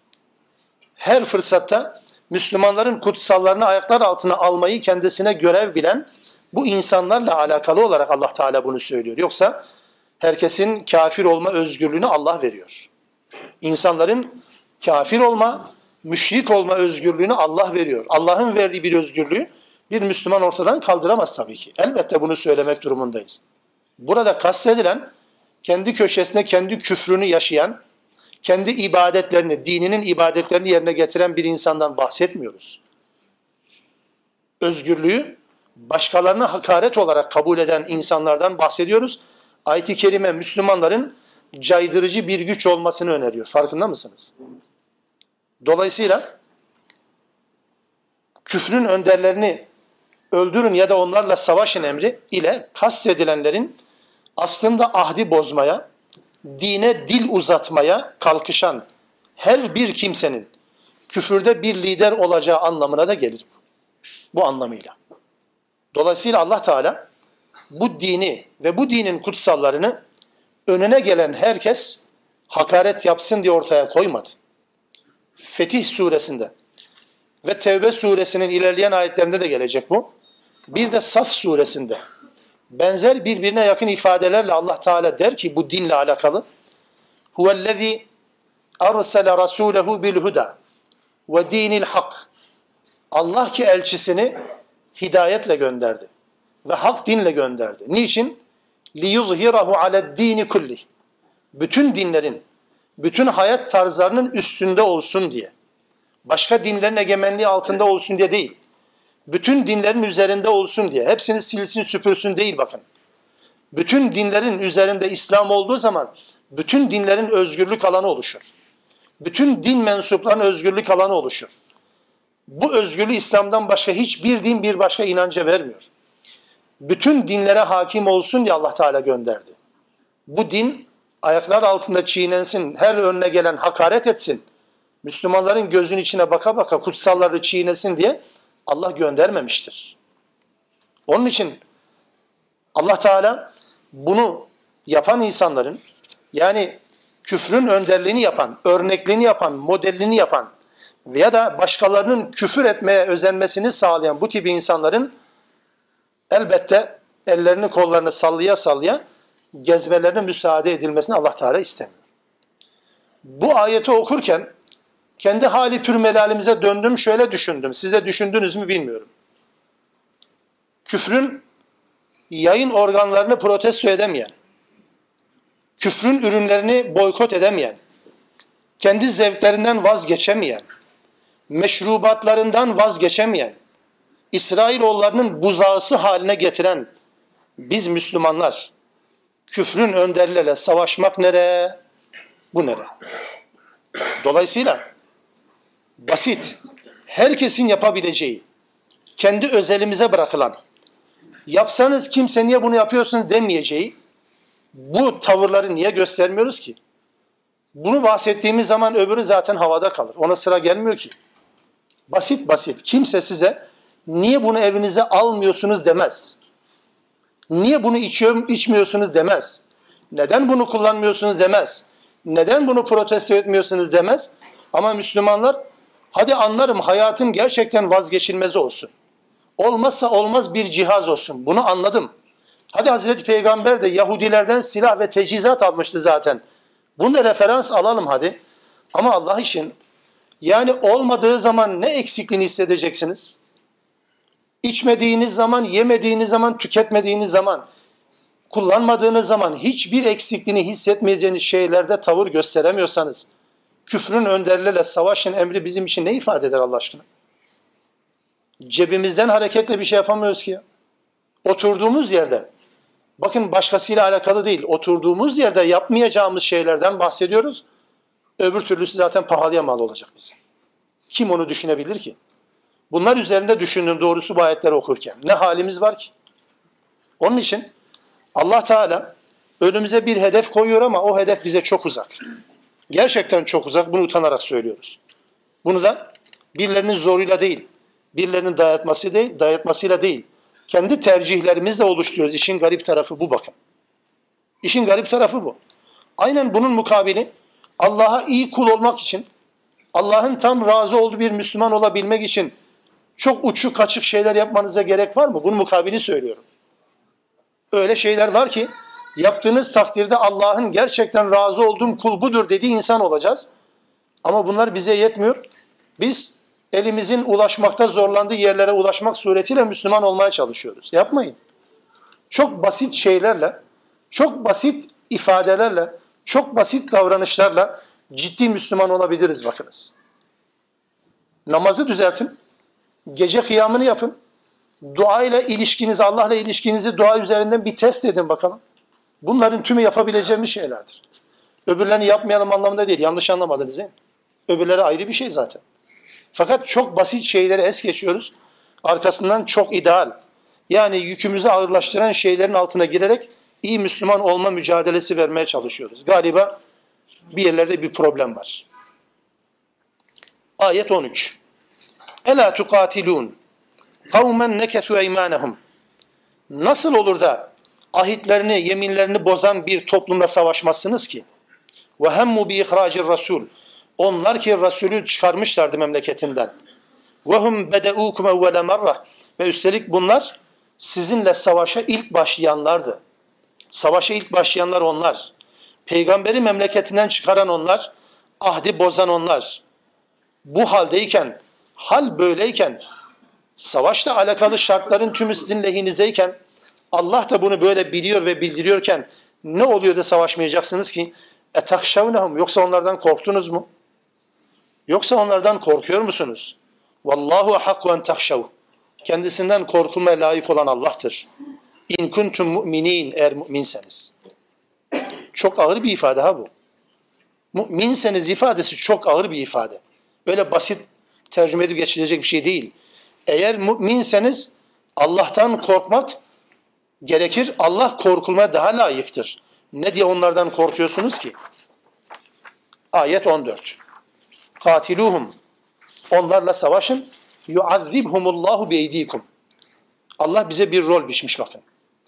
her fırsatta Müslümanların kutsallarını ayaklar altına almayı kendisine görev bilen bu insanlarla alakalı olarak Allah Teala bunu söylüyor. Yoksa herkesin kafir olma özgürlüğünü Allah veriyor. İnsanların kafir olma, müşrik olma özgürlüğünü Allah veriyor. Allah'ın verdiği bir özgürlüğü bir Müslüman ortadan kaldıramaz tabii ki. Elbette bunu söylemek durumundayız. Burada kastedilen kendi köşesinde kendi küfrünü yaşayan, kendi ibadetlerini, dininin ibadetlerini yerine getiren bir insandan bahsetmiyoruz. Özgürlüğü başkalarına hakaret olarak kabul eden insanlardan bahsediyoruz. Ayet-i kerime Müslümanların caydırıcı bir güç olmasını öneriyor. Farkında mısınız? Dolayısıyla küfrün önderlerini öldürün ya da onlarla savaşın emri ile kastedilenlerin aslında ahdi bozmaya, dine dil uzatmaya kalkışan her bir kimsenin küfürde bir lider olacağı anlamına da gelir. Bu anlamıyla. Dolayısıyla Allah Teala bu dini ve bu dinin kutsallarını önüne gelen herkes hakaret yapsın diye ortaya koymadı. Fetih suresinde ve Tevbe suresinin ilerleyen ayetlerinde de gelecek bu. Bir de Saf suresinde benzer birbirine yakın ifadelerle Allah Teala der ki bu dinle alakalı huvellezî arsele rasûlehu bilhuda ve dinil hak. Allah ki elçisini hidayetle gönderdi ve hak dinle gönderdi. Niçin? liyuzhirahu ale'd-dini kullih. Bütün dinlerin, bütün hayat tarzlarının üstünde olsun diye. Başka dinlerin egemenliği altında olsun diye değil. bütün dinlerin üzerinde olsun diye. Hepsini silsin süpürsün değil bakın. Bütün dinlerin üzerinde İslam olduğu zaman bütün dinlerin özgürlük alanı oluşur. Bütün din mensuplarının özgürlük alanı oluşur. Bu özgürlüğü İslam'dan başka hiçbir din bir başka inanca vermiyor. Bütün dinlere hakim olsun diye Allah Teala gönderdi. Bu din ayaklar altında çiğnensin, her önüne gelen hakaret etsin, Müslümanların gözün içine baka baka kutsalları çiğnesin diye Allah göndermemiştir. Onun için Allah Teala bunu yapan insanların, yani küfrün önderliğini yapan, örnekliğini yapan, modelini yapan veya da başkalarının küfür etmeye özenmesini sağlayan bu tip insanların elbette ellerini kollarını sallaya sallaya gezmelerine müsaade edilmesini Allah Teala istemiyor. Bu ayeti okurken kendi hali pürmelalimize döndüm, şöyle düşündüm. Siz de düşündünüz mü bilmiyorum. Küfrün yayın organlarını protesto edemeyen, küfrün ürünlerini boykot edemeyen, kendi zevklerinden vazgeçemeyen, meşrubatlarından vazgeçemeyen, İsrailoğullarının buzağısı haline getiren biz Müslümanlar, küfrün önderleriyle savaşmak nereye? Bu nereye? Dolayısıyla basit, herkesin yapabileceği, kendi özelimize bırakılan, yapsanız kimse niye bunu yapıyorsunuz demeyeceği, bu tavırları niye göstermiyoruz ki? Bunu bahsettiğimiz zaman öbürü zaten havada kalır. Ona sıra gelmiyor ki. Basit basit. Kimse size niye bunu evinize almıyorsunuz demez. Niye bunu içmiyorsunuz demez. Neden bunu kullanmıyorsunuz demez. Neden bunu protesto etmiyorsunuz demez. Ama Müslümanlar, hadi anlarım hayatın gerçekten vazgeçilmezi olsun. Olmazsa olmaz bir cihaz olsun. Bunu anladım. Hadi Hazreti Peygamber de Yahudilerden silah ve teçhizat almıştı zaten. Bunu referans alalım hadi. Ama Allah için, yani olmadığı zaman ne eksikliğini hissedeceksiniz? İçmediğiniz zaman, yemediğiniz zaman, tüketmediğiniz zaman, kullanmadığınız zaman hiçbir eksikliğini hissetmeyeceğiniz şeylerde tavır gösteremiyorsanız, küfrün önderleriyle savaşın emri bizim için ne ifade eder Allah aşkına? Cebimizden hareketle bir şey yapamıyoruz ki ya. Oturduğumuz yerde, bakın başkasıyla alakalı değil, oturduğumuz yerde yapmayacağımız şeylerden bahsediyoruz. Öbür türlüsü zaten pahalıya mal olacak bize. Kim onu düşünebilir ki? Bunlar üzerinde düşündüm doğrusu bu ayetleri okurken. Ne halimiz var ki? Onun için Allah Teala önümüze bir hedef koyuyor ama o hedef bize çok uzak. Gerçekten çok uzak, bunu utanarak söylüyoruz. Bunu da birilerinin zoruyla değil, birilerinin dayatmasıyla değil, kendi tercihlerimizle oluşturuyoruz. İşin garip tarafı bu bakın. İşin garip tarafı bu. Aynen bunun mukabili Allah'a iyi kul olmak için, Allah'ın tam razı olduğu bir Müslüman olabilmek için çok uçuk kaçık şeyler yapmanıza gerek var mı? Bunun mukabili söylüyorum. Öyle şeyler var ki yaptığınız takdirde Allah'ın gerçekten razı olduğum kul budur dediği insan olacağız. Ama bunlar bize yetmiyor. Biz elimizin ulaşmakta zorlandığı yerlere ulaşmak suretiyle Müslüman olmaya çalışıyoruz. Yapmayın. Çok basit şeylerle, çok basit ifadelerle, çok basit davranışlarla ciddi Müslüman olabiliriz bakınız. Namazı düzeltin, gece kıyamını yapın, dua ile ilişkinizi, Allah'la ilişkinizi dua üzerinden bir test edin bakalım. Bunların tümü yapabileceğimiz şeylerdir. Öbürlerini yapmayalım anlamında değil, yanlış anlamadınız değil mi? Öbürleri ayrı bir şey zaten. Fakat çok basit şeyleri es geçiyoruz. Arkasından çok ideal, yani yükümüzü ağırlaştıran şeylerin altına girerek iyi Müslüman olma mücadelesi vermeye çalışıyoruz. Galiba bir yerlerde bir problem var. Ayet 13. Ela tukatilun kavmen nekesu eymanehum. Nasıl olur da ahitlerini, yeminlerini bozan bir toplumla savaşmazsınız ki? Ve hemmu bi ihracir rasul. Onlar ki Resulü çıkarmışlardı memleketinden. Ve hum bedeukum evvele merre. Ve üstelik bunlar sizinle savaşa ilk başlayanlardı. Savaşa ilk başlayanlar onlar. Peygamberi memleketinden çıkaran onlar, ahdi bozan onlar. Bu haldeyken, hal böyleyken, savaşla alakalı şartların tümü sizin lehinizeyken, Allah da bunu böyle biliyor ve bildiriyorken ne oluyor da savaşmayacaksınız ki? Etahşavnehum, yoksa onlardan korktunuz mu? Yoksa onlardan korkuyor musunuz? Vallahu hakku en tahşav. Kendisinden korkulmaya layık olan Allah'tır. İn kuntum mu'minin, eğer müminseniz. Çok ağır bir ifade ha bu. Müminseniz ifadesi çok ağır bir ifade. Öyle basit tercüme edip geçilecek bir şey değil. Eğer müminseniz Allah'tan korkmak gerekir. Allah korkulmaya daha layıktır. Ne diye onlardan korkuyorsunuz ki? Ayet 14. Katiluhum. Onlarla savaşın. Yuazzibhumullahu beydikum. Allah bize bir rol biçmiş bakın.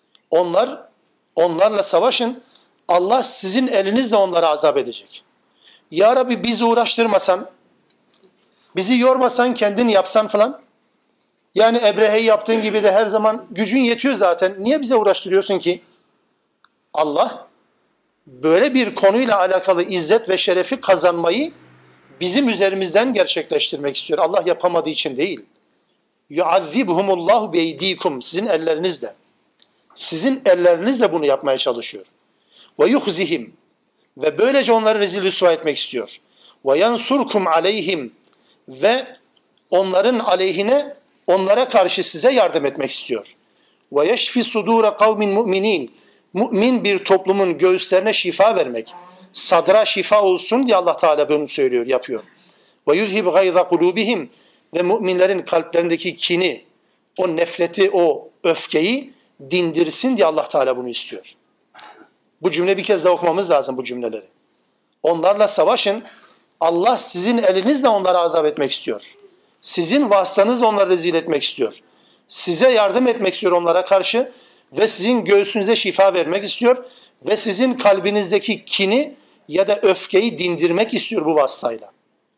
Onlarla savaşın. Allah sizin elinizle onları azap edecek. Ya Rabbi bizi uğraştırmasan, bizi yormasan, kendin yapsan falan. Yani Ebrehe'yi yaptığın gibi de her zaman gücün yetiyor zaten. Niye bize uğraştırıyorsun ki? Allah böyle bir konuyla alakalı izzet ve şerefi kazanmayı bizim üzerimizden gerçekleştirmek istiyor. Allah yapamadığı için değil. Yuazzibhumullahu beydikum. Sizin ellerinizle. Sizin ellerinizle bunu yapmaya çalışıyor. Ve yuhzihim. Ve böylece onları rezil rüsva etmek istiyor. Ve yansurkum aleyhim. Ve onların aleyhine, onlara karşı size yardım etmek istiyor. Ve yeşfi sudura kavmin mu'minin. Mümin bir toplumun göğüslerine şifa vermek. Sadra şifa olsun diye Allah Teala bunu söylüyor, yapıyor. Ve yuzhib gayza kulubihim. Ve müminlerin kalplerindeki kini, o nefreti, o öfkeyi dindirsin diye Allah Teala bunu istiyor. Bu cümle bir kez daha okumamız lazım, bu cümleleri. Onlarla savaşın. Allah sizin elinizle onları azap etmek istiyor. Sizin vasıtanızla onları rezil etmek istiyor. Size yardım etmek istiyor onlara karşı ve sizin göğsünüze şifa vermek istiyor ve sizin kalbinizdeki kini ya da öfkeyi dindirmek istiyor bu vasıtayla.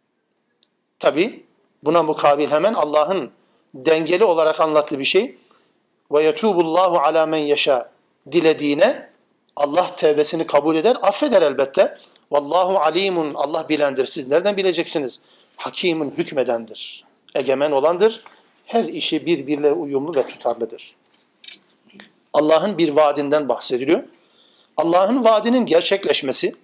Tabi buna mukabil hemen Allah'ın dengeli olarak anlattığı bir şey. Ve yetubullahu ala men yeşâ. Dilediğine Allah tevbesini kabul eder, affeder elbette. Vallahu alimun. Allah bilendir. Siz nereden bileceksiniz? Hakimun, hükmedendir. Egemen olandır. Her işi birbirine uyumlu ve tutarlıdır. Allah'ın bir vaadinden bahsediliyor. Allah'ın vaadinin gerçekleşmesi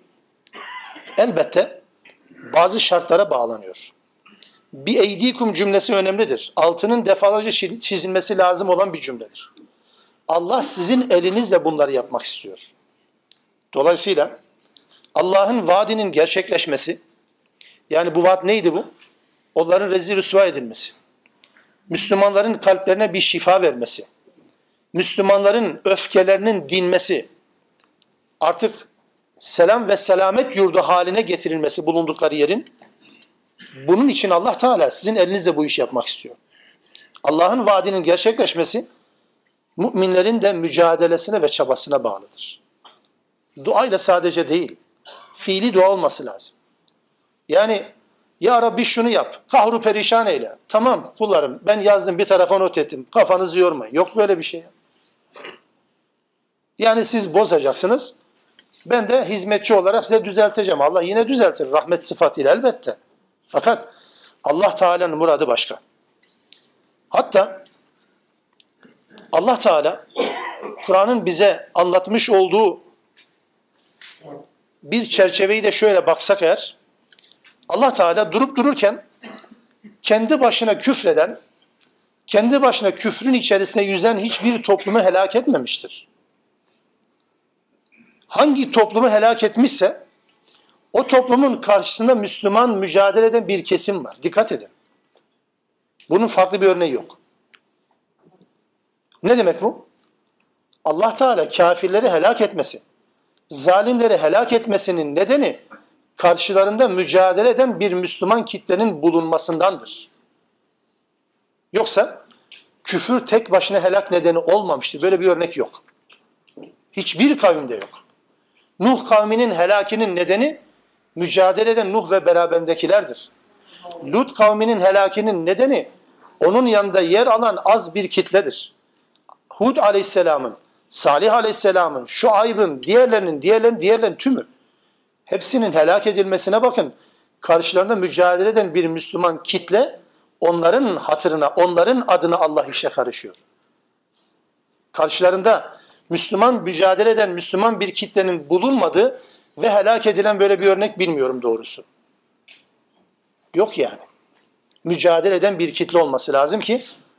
elbette bazı şartlara bağlanıyor. Bir eydikum cümlesi önemlidir. Altının defalarca çizilmesi lazım olan bir cümledir. Allah sizin elinizle bunları yapmak istiyor. Dolayısıyla Allah'ın vaadinin gerçekleşmesi, yani bu vaat neydi bu? Onların rezil rüsva edilmesi. Müslümanların kalplerine bir şifa vermesi. Müslümanların öfkelerinin dinmesi. Artık selam ve selamet yurdu haline getirilmesi bulundukları yerin. Bunun için Allah Teala sizin elinizle bu işi yapmak istiyor. Allah'ın vaadinin gerçekleşmesi müminlerin de mücadelesine ve çabasına bağlıdır. Duayla sadece değil, fiili dua olması lazım. Yani ya Rabbi şunu yap, kahru perişan eyle. Tamam kullarım, ben yazdım bir tarafa not ettim, kafanızı yormayın. Yok böyle bir şey. Yani siz bozacaksınız, ben de hizmetçi olarak size düzelteceğim. Allah yine düzeltir, rahmet sıfatıyla elbette. Fakat Allah Teala'nın muradı başka. Hatta Allah Teala Kur'an'ın bize anlatmış olduğu bir çerçeveyi de şöyle baksak eğer, Allah Teala durup dururken kendi başına küfreden, kendi başına küfrün içerisine yüzen hiçbir toplumu helak etmemiştir. Hangi toplumu helak etmişse o toplumun karşısında Müslüman mücadele eden bir kesim var. Dikkat edin. Bunun farklı bir örneği yok. Ne demek bu? Allah Teala kafirleri helak etmesi, zalimleri helak etmesinin nedeni karşılarında mücadele eden bir Müslüman kitlenin bulunmasındandır. Yoksa küfür tek başına helak nedeni olmamıştır. Böyle bir örnek yok. Hiçbir kavimde yok. Nuh kavminin helakinin nedeni mücadele eden Nuh ve beraberindekilerdir. Lut kavminin helakinin nedeni onun yanında yer alan az bir kitledir. Hud aleyhisselamın, Salih aleyhisselamın, Şuayb'ın, diğerlerinin tümü. Hepsinin helak edilmesine bakın. Karşılarında mücadele eden bir Müslüman kitle, onların hatırına, onların adına Allah işe karışıyor. Karşılarında Müslüman mücadele eden Müslüman bir kitlenin bulunmadığı ve helak edilen böyle bir örnek bilmiyorum doğrusu. Yok yani. Mücadele eden bir kitle olması lazım ki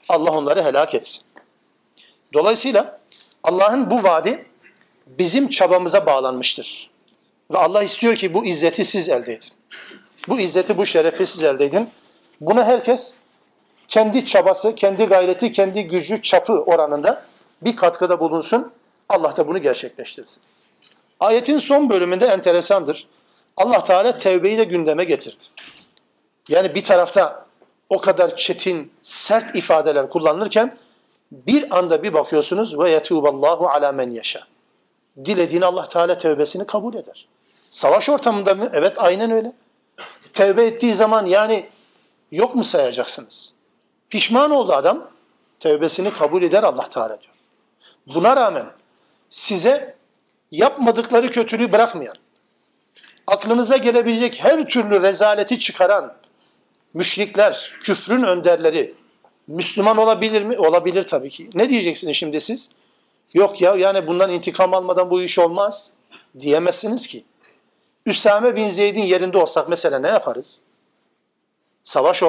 Allah onları helak etsin. Dolayısıyla Allah'ın bu vaadi bizim çabamıza bağlanmıştır. Ve Allah istiyor ki bu izzeti siz elde edin. Bu izzeti, bu şerefi siz elde edin. Buna herkes kendi çabası, kendi gayreti, kendi gücü, çapı oranında bir katkıda bulunsun. Allah da bunu gerçekleştirsin. Ayetin son bölümünde enteresandır. Allah Teala tevbeyi de gündeme getirdi. Yani bir tarafta o kadar çetin, sert ifadeler kullanılırken bir anda bir bakıyorsunuz ve yetuballahu ala men yasha. Dilediğini Allah Teala tevbesini kabul eder. Savaş ortamında mı? Evet, aynen öyle. Tevbe ettiği zaman yani yok mu sayacaksınız? Pişman oldu adam, tevbesini kabul eder Allah Teala diyor. Buna rağmen size yapmadıkları kötülüğü bırakmayan, aklınıza gelebilecek her türlü rezaleti çıkaran müşrikler, küfrün önderleri Müslüman olabilir mi? Olabilir tabii ki. Ne diyeceksiniz şimdi siz? Yok ya, yani bundan intikam almadan bu iş olmaz diyemezsiniz ki. Üsame bin Zeyd'in yerinde olsak mesela ne yaparız? Savaş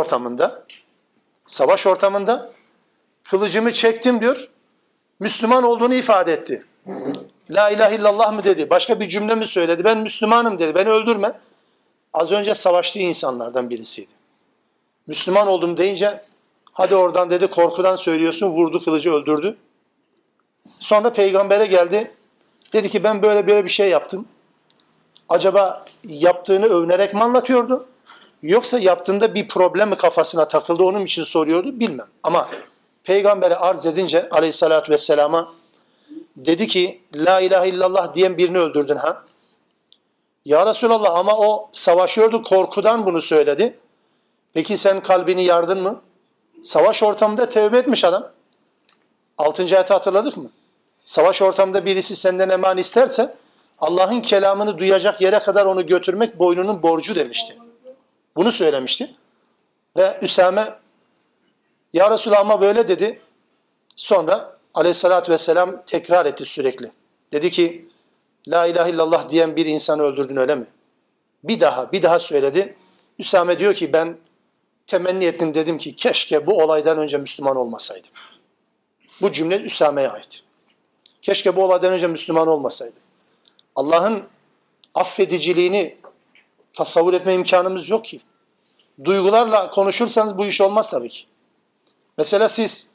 ortamında kılıcımı çektim diyor. Müslüman olduğunu ifade etti. La ilahe illallah mı dedi? Başka bir cümle mi söyledi? Ben Müslümanım dedi. Beni öldürme. Az önce savaştığı insanlardan birisiydi. Müslüman oldum deyince hadi oradan dedi, korkudan söylüyorsun, vurdu kılıcı, öldürdü. Sonra peygambere geldi. Dedi ki ben böyle bir şey yaptım. Acaba yaptığını övünerek mi anlatıyordu? Yoksa yaptığında bir problem mi kafasına takıldı, onun için soruyordu, bilmem. Ama peygambere arz edince aleyhissalatü vesselama dedi ki la ilahe illallah diyen birini öldürdün ha? Ya Resulallah, ama o savaşıyordu, korkudan bunu söyledi. Peki sen kalbini yardın mı? Savaş ortamında tevbe etmiş adam. 6. ayeti hatırladık mı? Savaş ortamında birisi senden eman isterse Allah'ın kelamını duyacak yere kadar onu götürmek boynunun borcu demişti. Bunu söylemişti. Ve Üsame ya Resulallah ama böyle dedi. Sonra aleyhissalatü vesselam tekrar etti sürekli. Dedi ki la ilahe illallah diyen bir insanı öldürdün öyle mi? Bir daha söyledi. Üsame diyor ki ben temenni ettim, dedim ki keşke bu olaydan önce Müslüman olmasaydım. Bu cümle Üsame'ye ait. Keşke bu olaydan önce Müslüman olmasaydım. Allah'ın affediciliğini tasavvur etme imkanımız yok ki. Duygularla konuşursanız bu iş olmaz tabii ki. Mesela siz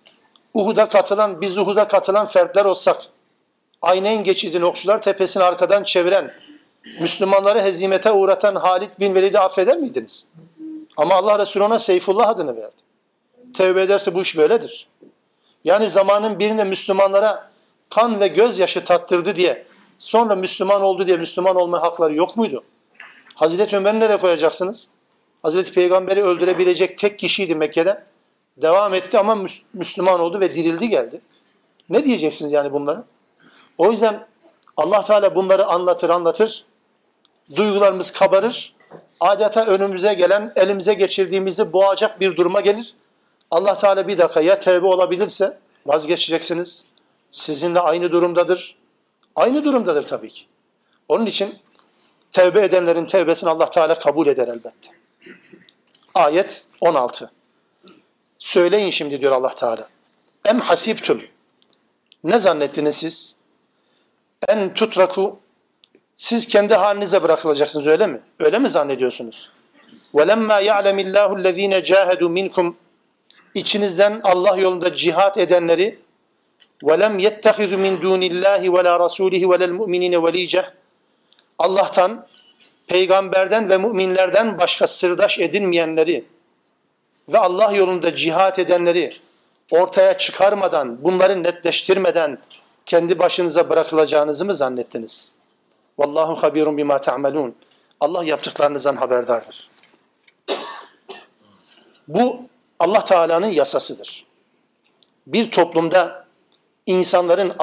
biz Uhud'a katılan fertler olsak, Aynen geçidini Okçular Tepesi'ni arkadan çeviren, Müslümanları hezimete uğratan Halid bin Velid'i affeder miydiniz? Ama Allah Resulü ona Seyfullah adını verdi. Tevbe ederse bu iş böyledir. Yani zamanın birinde Müslümanlara kan ve gözyaşı tattırdı diye, sonra Müslüman oldu diye Müslüman olma hakları yok muydu? Hazreti Ömer'i nereye koyacaksınız? Hazreti Peygamber'i öldürebilecek tek kişiydi Mekke'de. Devam etti ama Müslüman oldu ve dirildi geldi. Ne diyeceksiniz yani bunlara? O yüzden Allah Teala bunları anlatır. Duygularımız kabarır. Adeta önümüze gelen, elimize geçirdiğimizi boğacak bir duruma gelir. Allah Teala bir dakika, ya tevbe olabilirse vazgeçeceksiniz. Sizinle aynı durumdadır. Aynı durumdadır tabii ki. Onun için tevbe edenlerin tevbesini Allah Teala kabul eder elbette. Ayet 16. Söyleyin şimdi diyor Allah Teala. Em hasibtum. Ne zannettiniz siz? En tutraku. Siz kendi halinize bırakılacaksınız, öyle mi? Öyle mi zannediyorsunuz? وَلَمَّا يَعْلَمِ اللّٰهُ الَّذ۪ينَ جَاهَدُوا مِنْكُمْ. İçinizden Allah yolunda cihat edenleri وَلَمْ يَتَّخِذُ مِنْ دُونِ اللّٰهِ وَلَا رَسُولِهِ وَلَا الْمُؤْمِنِينَ وَلِيجَةً. Allah'tan, peygamberden ve müminlerden başka sırdaş edinmeyenleri ve Allah yolunda cihat edenleri ortaya çıkarmadan, bunları netleştirmeden kendi başınıza bırakılacağınızı mı zannettiniz? Vallahu habirun bima ta'malun. Allah yaptıklarınızdan haberdardır. Bu Allah Teala'nın yasasıdır. Bir toplumda insanların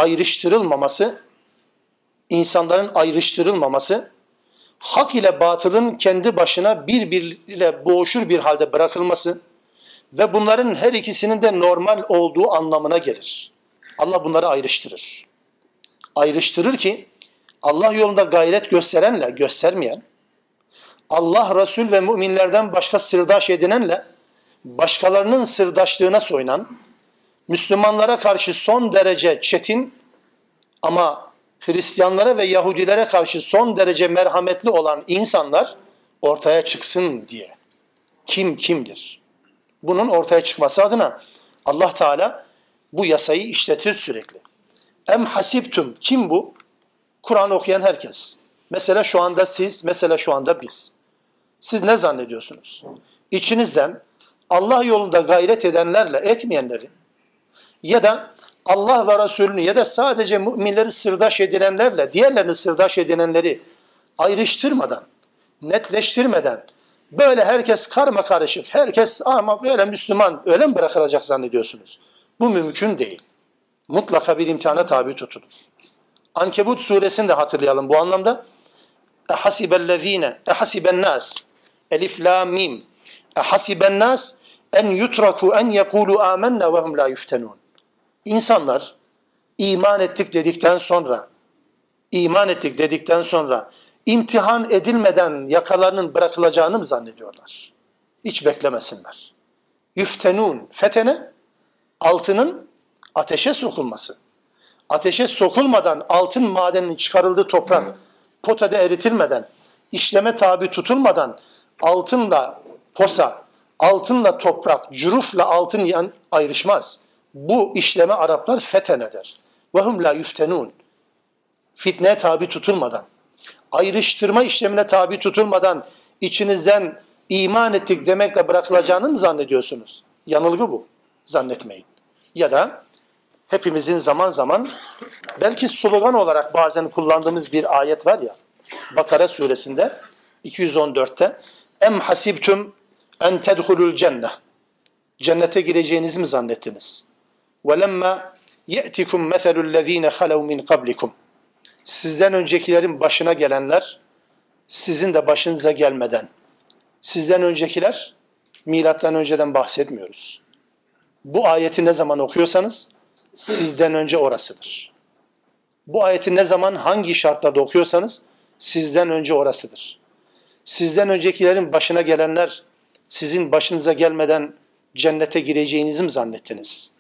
ayrıştırılmaması, hak ile batılın kendi başına birbiriyle boğuşur bir halde bırakılması ve bunların her ikisinin de normal olduğu anlamına gelir. Allah bunları ayrıştırır. Ayrıştırır ki Allah yolunda gayret gösterenle göstermeyen, Allah, Resul ve müminlerden başka sırdaş edinenle başkalarının sırdaşlığına soyunan, Müslümanlara karşı son derece çetin ama Hristiyanlara ve Yahudilere karşı son derece merhametli olan insanlar ortaya çıksın diye. Kim kimdir? Bunun ortaya çıkması adına Allah Teala bu yasayı işletir sürekli. Em hasibtum, kim bu? Kur'an okuyan herkes. Mesela şu anda siz, mesela şu anda biz. Siz ne zannediyorsunuz? İçinizden Allah yolunda gayret edenlerle etmeyenleri ya da Allah ve Resulünü ya da sadece müminleri sırdaş edinenlerle diğerlerini sırdaş edinenleri ayrıştırmadan, netleştirmeden böyle herkes karma karışık, herkes ama böyle Müslüman öyle mi bırakılacak zannediyorsunuz? Bu mümkün değil. Mutlaka bir imtihana tabi tutulur. Ankebut suresini de hatırlayalım bu anlamda. Ehasibellezine, ehasibennas, elif la mim, ehasibennas en yutraku en yekulu amennâ ve hum la yuftenûn. İnsanlar iman ettik dedikten sonra imtihan edilmeden yakalarının bırakılacağını mı zannediyorlar? Hiç beklemesinler. Yüftenun, fetene, altının ateşe sokulması. Ateşe sokulmadan altın madeninin çıkarıldığı toprak potada eritilmeden, işleme tabi tutulmadan altınla posa, altınla toprak, cürufla altın ayrışmaz. Bu işleme Araplar fetene der. وَهُمْ لَا يُفْتَنُونَ. Fitneye tabi tutulmadan, ayrıştırma işlemine tabi tutulmadan içinizden iman ettik demekle bırakılacağını mı zannediyorsunuz? Yanılgı bu. Zannetmeyin. Ya da hepimizin zaman zaman belki slogan olarak bazen kullandığımız bir ayet var ya, Bakara suresinde 214'te Em hasibtum en tedhulul cenneh. Cennete gireceğinizi mi zannettiniz? وَلَمَّا يَأْتِكُمْ مَثَلُ الَّذ۪ينَ خَلَوْ مِنْ قَبْلِكُمْ. Sizden öncekilerin başına gelenler, sizin de başınıza gelmeden. Sizden öncekiler, milattan önceden bahsetmiyoruz. Bu ayeti ne zaman okuyorsanız, sizden önce orasıdır. Bu ayeti ne zaman, hangi şartlarda okuyorsanız, sizden önce orasıdır. Sizden öncekilerin başına gelenler, sizin başınıza gelmeden cennete gireceğinizi mi zannettiniz?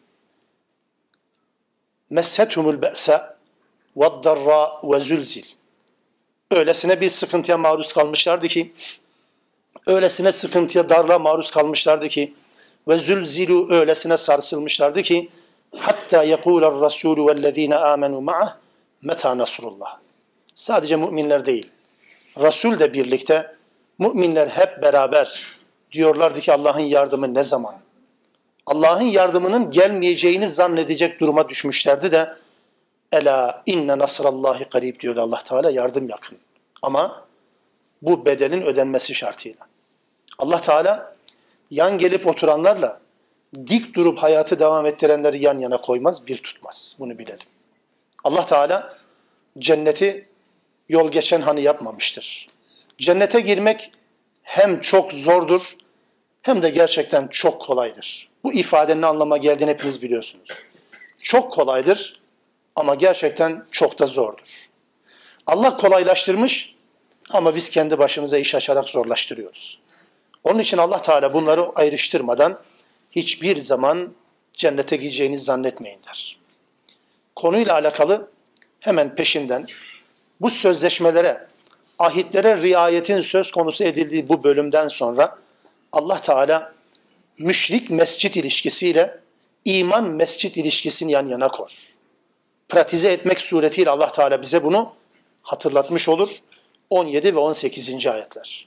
Meshethumul be'sa ve'd-darra ve zulzil. Öylesine bir sıkıntıya maruz kalmışlardı ki, öylesine sıkıntıya, darlığa maruz kalmışlardı ki, ve zulzilu, öylesine sarsılmışlardı ki, hatta yekûler rasûlü vellezîne âmenû ma'ah metâ nasrullah. Sadece müminler değil, Resul de birlikte, müminler hep beraber diyorlardı ki Allah'ın yardımı ne zaman? Allah'ın yardımının gelmeyeceğini zannedecek duruma düşmüşlerdi de Ela inne nasrallahi qarib diyordu Allah Teala, yardım yakın. Ama bu bedelin ödenmesi şartıyla. Allah Teala yan gelip oturanlarla dik durup hayatı devam ettirenleri yan yana koymaz, bir tutmaz. Bunu bilelim. Allah Teala cenneti yol geçen hanı yapmamıştır. Cennete girmek hem çok zordur hem de gerçekten çok kolaydır. Bu ifadenin ne anlama geldiğini hepiniz biliyorsunuz. Çok kolaydır ama gerçekten çok da zordur. Allah kolaylaştırmış ama biz kendi başımıza iş açarak zorlaştırıyoruz. Onun için Allah Teala bunları ayrıştırmadan hiçbir zaman cennete gireceğinizi zannetmeyin der. Konuyla alakalı hemen peşinden bu sözleşmelere, ahitlere riayetin söz konusu edildiği bu bölümden sonra Allah Teala müşrik mescit ilişkisiyle iman mescit ilişkisini yan yana koy. Pratize etmek suretiyle Allah Teala bize bunu hatırlatmış olur. 17 ve 18. ayetler.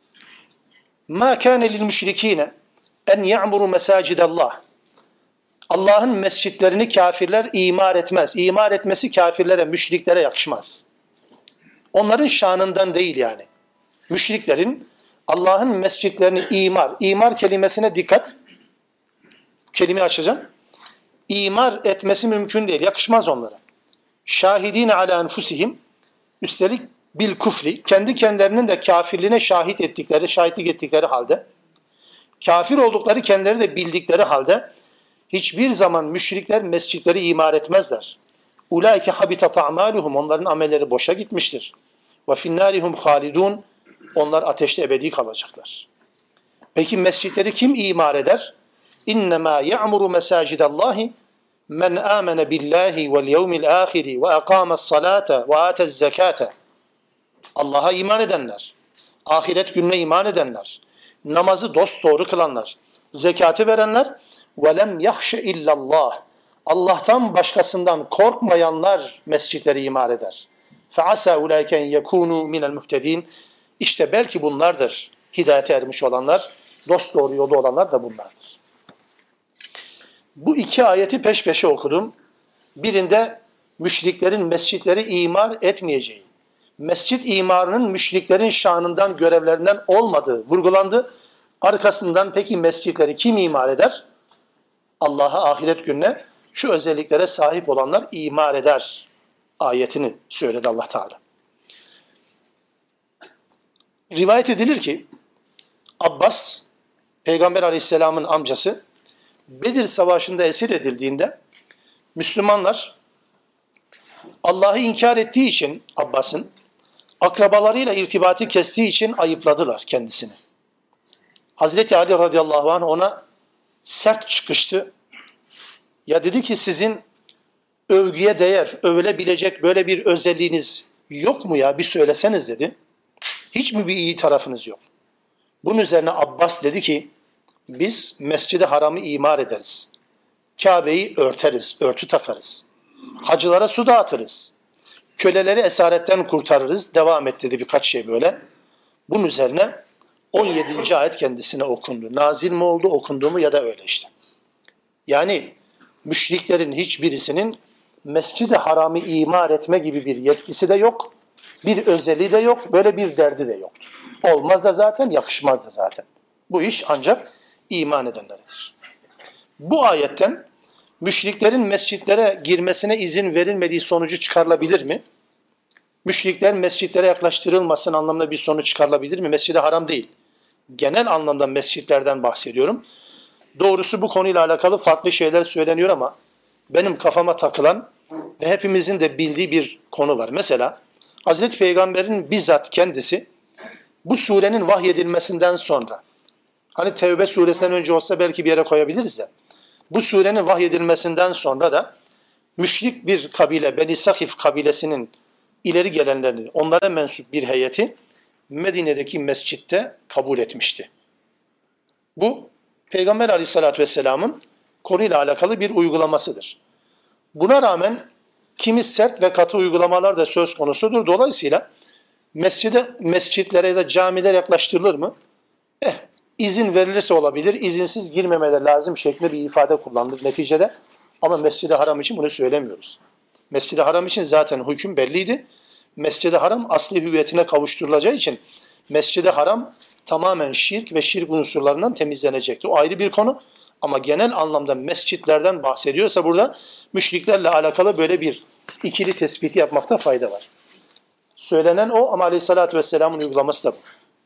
مَا كَانَ لِلْمُشْرِك۪ينَ اَنْ يَعْمُرُوا مَسَاجِدَ اللّٰهِ. Allah'ın mescitlerini kafirler imar etmez. İmar etmesi kafirlere, müşriklere yakışmaz. Onların şanından değil yani. Müşriklerin Allah'ın mescitlerini imar kelimesine dikkat. Kelimeyi açacağım. İmar etmesi mümkün değil, yakışmaz onlara. Şahidine ala enfusihim, üstelik bil kufri, kendi kendilerinin de kafirliğine şahitlik ettikleri halde, kafir oldukları kendileri de bildikleri halde, hiçbir zaman müşrikler mescitleri imar etmezler. Ulaike habitat a'maluhum, onların amelleri boşa gitmiştir. Ve finnârihum halidun, onlar ateşte ebedi kalacaklar. Peki mescitleri kim imar eder? İnnemâ ya'muru mesâcidallahi Men amene billahi vel yevmil ahiri ve aqames salate ve atez zekate. Allah'a iman edenler, ahiret gününe iman edenler, namazı dosdoğru kılanlar, zekatı verenler ve lem yahşe illallah. Allah'tan başkasından korkmayanlar mescitleri imar eder. Feasa ulaike yekunu minel muhtedin. İşte belki bunlardır hidayete ermiş olanlar, dosdoğru yolda olanlar da bunlardır. Bu iki ayeti peş peşe okudum. Birinde müşriklerin mescitleri imar etmeyeceği, mescit imarının müşriklerin şanından, görevlerinden olmadığı vurgulandı. Arkasından peki mescitleri kim imar eder? Allah'a, ahiret gününe şu özelliklere sahip olanlar imar eder ayetini söyledi Allah Teala. Rivayet edilir ki Abbas, Peygamber Aleyhisselam'ın amcası, Bedir Savaşı'nda esir edildiğinde Müslümanlar Allah'ı inkar ettiği için Abbas'ın akrabalarıyla irtibatı kestiği için ayıpladılar kendisini. Hazreti Ali radıyallahu anh ona sert çıkıştı. Ya dedi ki sizin övgüye değer, övülebilecek böyle bir özelliğiniz yok mu ya? Bir söyleseniz dedi. Hiç mi bir iyi tarafınız yok? Bunun üzerine Abbas dedi ki biz Mescid-i Haram'ı imar ederiz. Kabe'yi örteriz, örtü takarız. Hacılara su dağıtırız. Köleleri esaretten kurtarırız. Devam et dedi birkaç şey böyle. Bunun üzerine 17. ayet kendisine okundu. Nazil mi oldu, okundu mu ya da öyle işte. Yani müşriklerin hiçbirisinin Mescid-i Haram'ı imar etme gibi bir yetkisi de yok. Bir özelliği de yok. Böyle bir derdi de yoktur. Olmaz da zaten, yakışmaz da zaten. Bu iş ancak iman edenlerdir. Bu ayetten müşriklerin mescitlere girmesine izin verilmediği sonucu çıkarılabilir mi? Müşriklerin mescitlere yaklaştırılmasının anlamında bir sonuç çıkarılabilir mi? Mescid-i Haram değil. Genel anlamda mescitlerden bahsediyorum. Doğrusu bu konuyla alakalı farklı şeyler söyleniyor ama benim kafama takılan ve hepimizin de bildiği bir konu var. Mesela Hazreti Peygamber'in bizzat kendisi bu surenin vahyedilmesinden sonra, hani Tevbe suresinden önce olsa belki bir yere koyabiliriz de, bu surenin vahyedilmesinden sonra da müşrik bir kabile, Beni Sakif kabilesinin ileri gelenlerini, onlara mensup bir heyeti Medine'deki mescitte kabul etmişti. Bu Peygamber Aleyhisselatü Vesselam'ın konuyla alakalı bir uygulamasıdır. Buna rağmen kimi sert ve katı uygulamalar da söz konusudur. Dolayısıyla mescitlere ya da camilere yaklaştırılır mı? İzin verilirse olabilir, izinsiz girmemeleri lazım şeklinde bir ifade kullanılır neticede. Ama Mescid-i Haram için bunu söylemiyoruz. Mescid-i Haram için zaten hüküm belliydi. Mescid-i Haram asli hüviyetine kavuşturulacağı için Mescid-i Haram tamamen şirk ve şirk unsurlarından temizlenecekti. O ayrı bir konu. Ama genel anlamda mescitlerden bahsediyorsa burada müşriklerle alakalı böyle bir ikili tespiti yapmakta fayda var. Söylenen o ama Aleyhisselatü Vesselam'ın uygulaması da bu.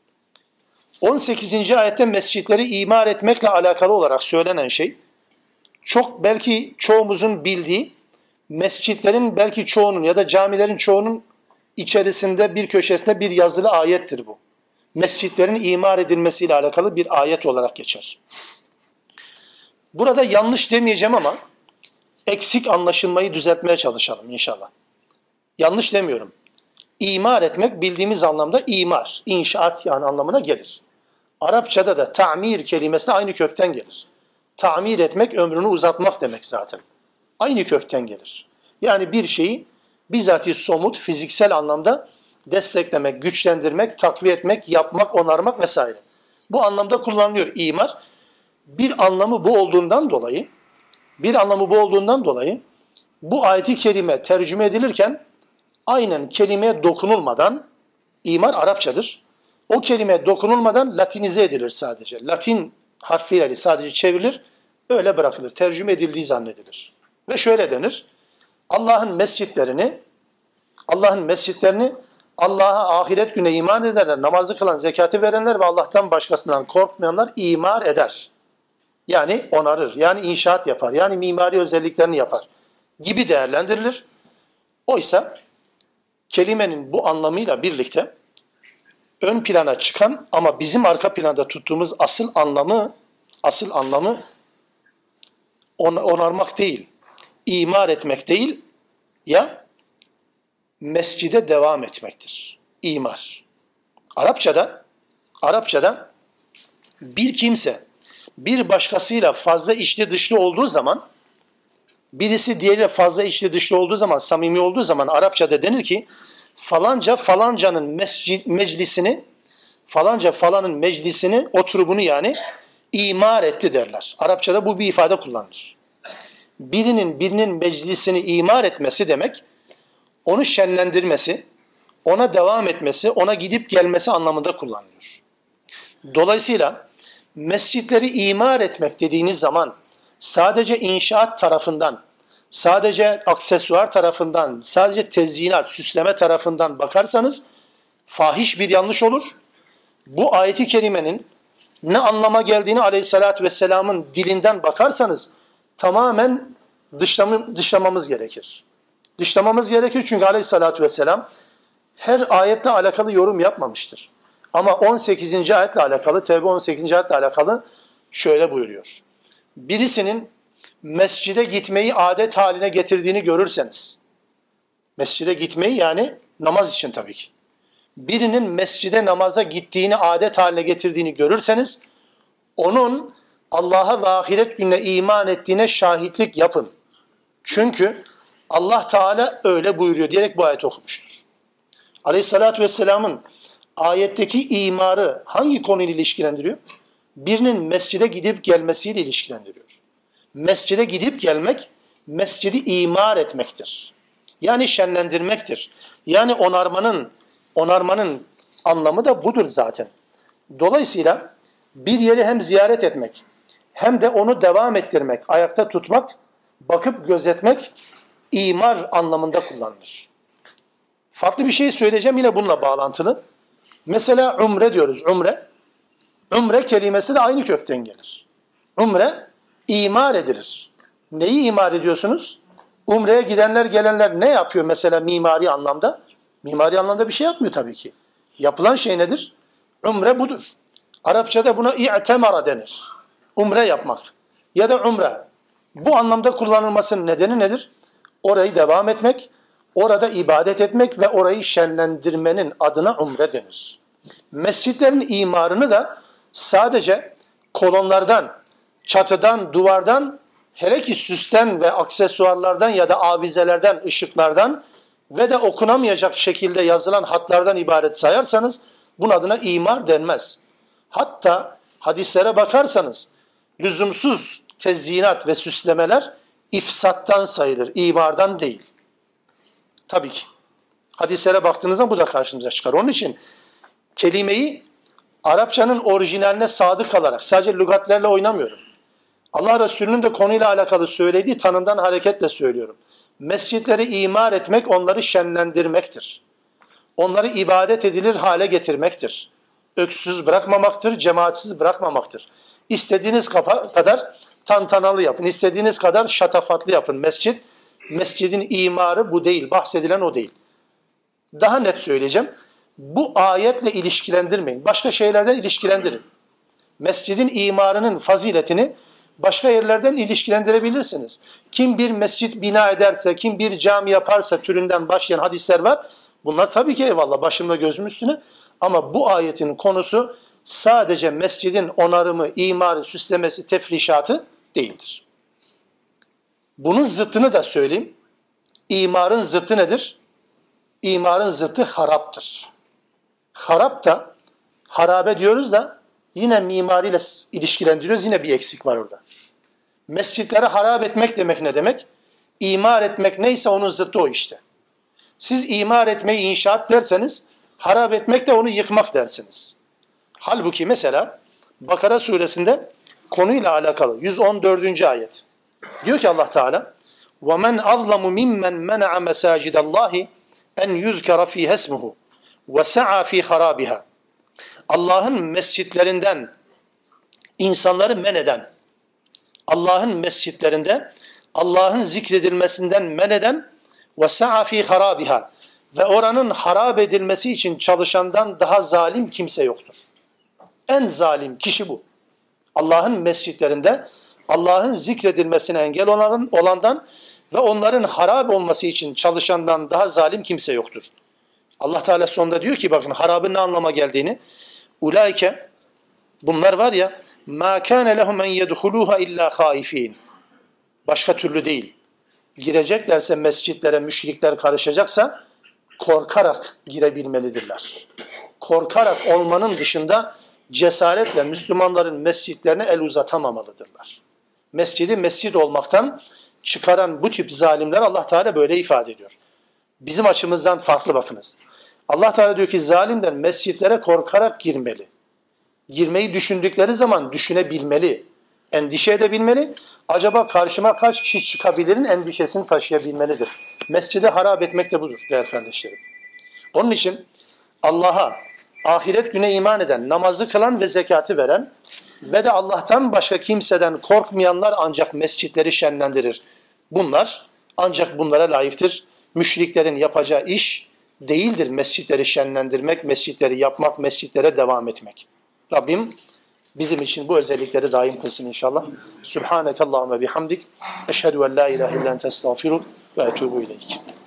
18. ayette mescitleri imar etmekle alakalı olarak söylenen şey, çok belki çoğumuzun bildiği, mescitlerin belki çoğunun ya da camilerin çoğunun içerisinde bir köşesinde bir yazılı ayettir bu. Mescitlerin imar edilmesiyle alakalı bir ayet olarak geçer. Burada yanlış demeyeceğim ama eksik anlaşılmayı düzeltmeye çalışalım inşallah. Yanlış demiyorum. İmar etmek bildiğimiz anlamda imar, inşaat yani anlamına gelir. Arapçada da ta'mir kelimesi aynı kökten gelir. Ta'mir etmek ömrünü uzatmak demek zaten. Aynı kökten gelir. Yani bir şeyi bizatihi somut, fiziksel anlamda desteklemek, güçlendirmek, takviye etmek, yapmak, onarmak vesaire. Bu anlamda kullanılıyor imar. Bir anlamı bu olduğundan dolayı bu ayet-i kerime tercüme edilirken aynen kelimeye dokunulmadan, imar Arapçadır. O kelimeye dokunulmadan Latinize edilir sadece. Latin harfleriyle sadece çevrilir, öyle bırakılır. Tercüme edildiği zannedilir. Ve şöyle denir. Allah'ın mescitlerini Allah'a ahiret güne iman edenler, namazı kılan, zekatı verenler ve Allah'tan başkasından korkmayanlar imar eder. Yani onarır, yani inşaat yapar, yani mimari özelliklerini yapar gibi değerlendirilir. Oysa kelimenin bu anlamıyla birlikte ön plana çıkan ama bizim arka planda tuttuğumuz asıl anlamı onarmak değil, imar etmek değil, ya mescide devam etmektir. İmar. Arapçada bir kimse bir başkasıyla fazla içli dışlı olduğu zaman, birisi diğeriyle fazla içli dışlı olduğu zaman, samimi olduğu zaman Arapçada denir ki falanca falancanın meclisini, falanca falanın meclisini, oturumunu yani imar etti derler. Arapçada bu bir ifade kullanılır. Birinin meclisini imar etmesi demek, onu şenlendirmesi, ona devam etmesi, ona gidip gelmesi anlamında kullanılıyor. Dolayısıyla mescitleri imar etmek dediğiniz zaman sadece inşaat tarafından, sadece aksesuar tarafından, sadece tezyinat, süsleme tarafından bakarsanız fahiş bir yanlış olur. Bu ayeti kerimenin ne anlama geldiğini Aleyhisselatü Vesselam'ın dilinden bakarsanız tamamen dışlamamız gerekir. Dışlamamız gerekir çünkü Aleyhisselatü Vesselam her ayetle alakalı yorum yapmamıştır. Ama 18. ayetle alakalı, Tevbe 18. ayetle alakalı şöyle buyuruyor. Birisinin mescide gitmeyi adet haline getirdiğini görürseniz, mescide gitmeyi yani namaz için tabii ki, birinin mescide namaza gittiğini adet haline getirdiğini görürseniz, onun Allah'a ve ahiret gününe iman ettiğine şahitlik yapın. Çünkü Allah Teala öyle buyuruyor diyerek bu ayeti okumuştur. Aleyhissalatü Vesselam'ın ayetteki imarı hangi konuyla ilişkilendiriyor? Birinin mescide gidip gelmesiyle ilişkilendiriyor. Mescide gidip gelmek, mescidi imar etmektir. Yani şenlendirmektir. Yani onarmanın anlamı da budur zaten. Dolayısıyla bir yeri hem ziyaret etmek, hem de onu devam ettirmek, ayakta tutmak, bakıp gözetmek imar anlamında kullanılır. Farklı bir şey söyleyeceğim yine bununla bağlantılı. Mesela umre diyoruz, umre. Umre kelimesi de aynı kökten gelir. Umre, imar edilir. Neyi imar ediyorsunuz? Umre'ye gidenler, gelenler ne yapıyor mesela mimari anlamda? Mimari anlamda bir şey yapmıyor tabii ki. Yapılan şey nedir? Umre budur. Arapçada buna i'temara denir. Umre yapmak. Ya da umre. Bu anlamda kullanılmasının nedeni nedir? Orayı devam etmek, orada ibadet etmek ve orayı şenlendirmenin adına umre denir. Mescitlerin imarını da sadece kolonlardan, çatıdan, duvardan, hele ki süsten ve aksesuarlardan ya da avizelerden, ışıklardan ve de okunamayacak şekilde yazılan hatlardan ibaret sayarsanız bunun adına imar denmez. Hatta hadislere bakarsanız lüzumsuz tezyinat ve süslemeler ifsattan sayılır, imardan değil. Tabii ki. Hadislere baktığınızda bu da karşımıza çıkar. Onun için kelimeyi Arapçanın orijinaline sadık kalarak, sadece lügatlerle oynamıyorum. Allah Resulü'nün de konuyla alakalı söylediği tanımdan hareketle söylüyorum. Mescitleri imar etmek, onları şenlendirmektir. Onları ibadet edilir hale getirmektir. Öksüz bırakmamaktır, cemaatsiz bırakmamaktır. İstediğiniz kadar tantanalı yapın, istediğiniz kadar şatafatlı yapın. Mescidin imarı bu değil, bahsedilen o değil. Daha net söyleyeceğim. Bu ayetle ilişkilendirmeyin. Başka şeylerden ilişkilendirin. Mescidin imarının faziletini başka yerlerden ilişkilendirebilirsiniz. Kim bir mescit bina ederse, kim bir cami yaparsa türünden başlayan hadisler var. Bunlar tabii ki eyvallah başımda gözüm üstüne. Ama bu ayetin konusu sadece mescidin onarımı, imarı, süslemesi, tefrişatı değildir. Bunun zıttını da söyleyeyim. İmarın zıttı nedir? İmarın zıttı haraptır. Harap da, harabe diyoruz da yine mimariyle ilişkilendiriyoruz. Yine bir eksik var orada. Mescitleri harap etmek demek ne demek? İmar etmek neyse onun zıttı o işte. Siz imar etmeyi inşaat derseniz, harap etmek de onu yıkmak dersiniz. Halbuki mesela Bakara suresinde konuyla alakalı 114. ayet. Diyor ki Allah Teala وَمَنْ أَظْلَمُ مِمَّنْ مَنَعَ مَسَاجِدَ اللّٰهِ اَنْ يُذْكَرَ ف۪ي هَسْمُهُ وَسَعَى ف۪ي خَرَابِهَا. Allah'ın mescitlerinden insanları men eden, Allah'ın mescitlerinde Allah'ın zikredilmesinden men eden وَسَعَى ف۪ي خَرَابِهَا ve oranın harap edilmesi için çalışandan daha zalim kimse yoktur. En zalim kişi bu. Allah'ın mescitlerinde Allah'ın zikredilmesine engel olandan Ve onların harap olması için çalışandan daha zalim kimse yoktur. Allah Teala sonunda diyor ki bakın harabın ne anlama geldiğini. Ulaike bunlar var ya ma kana lehum en yedhuluha illa haifin. Başka türlü değil. Gireceklerse mescitlere müşrikler karışacaksa korkarak girebilmelidirler. Korkarak olmanın dışında cesaretle Müslümanların mescitlerine el uzatamamalıdırlar. Mescidi mescid olmaktan çıkaran bu tip zalimler Allah Teala böyle ifade ediyor. Bizim açımızdan farklı bakınız. Allah Teala diyor ki zalimler mescitlere korkarak girmeli. Girmeyi düşündükleri zaman düşünebilmeli, endişe edebilmeli. Acaba karşıma kaç kişi çıkabilirin endişesini taşıyabilmelidir. Mescidi harap etmek de budur değerli kardeşlerim. Onun için Allah'a, ahiret güne iman eden, namazı kılan ve zekatı veren ve de Allah'tan başka kimseden korkmayanlar ancak mescitleri şenlendirir. Bunlar ancak bunlara layıktır. Müşriklerin yapacağı iş değildir mescitleri şenlendirmek, mescitleri yapmak, mescitlere devam etmek. Rabbim bizim için bu özellikleri daim kılsın inşallah. Subhanekallahümme bihamdik. Eşhedü en la ilahe illen estağfiruk ve etûbü ileyk.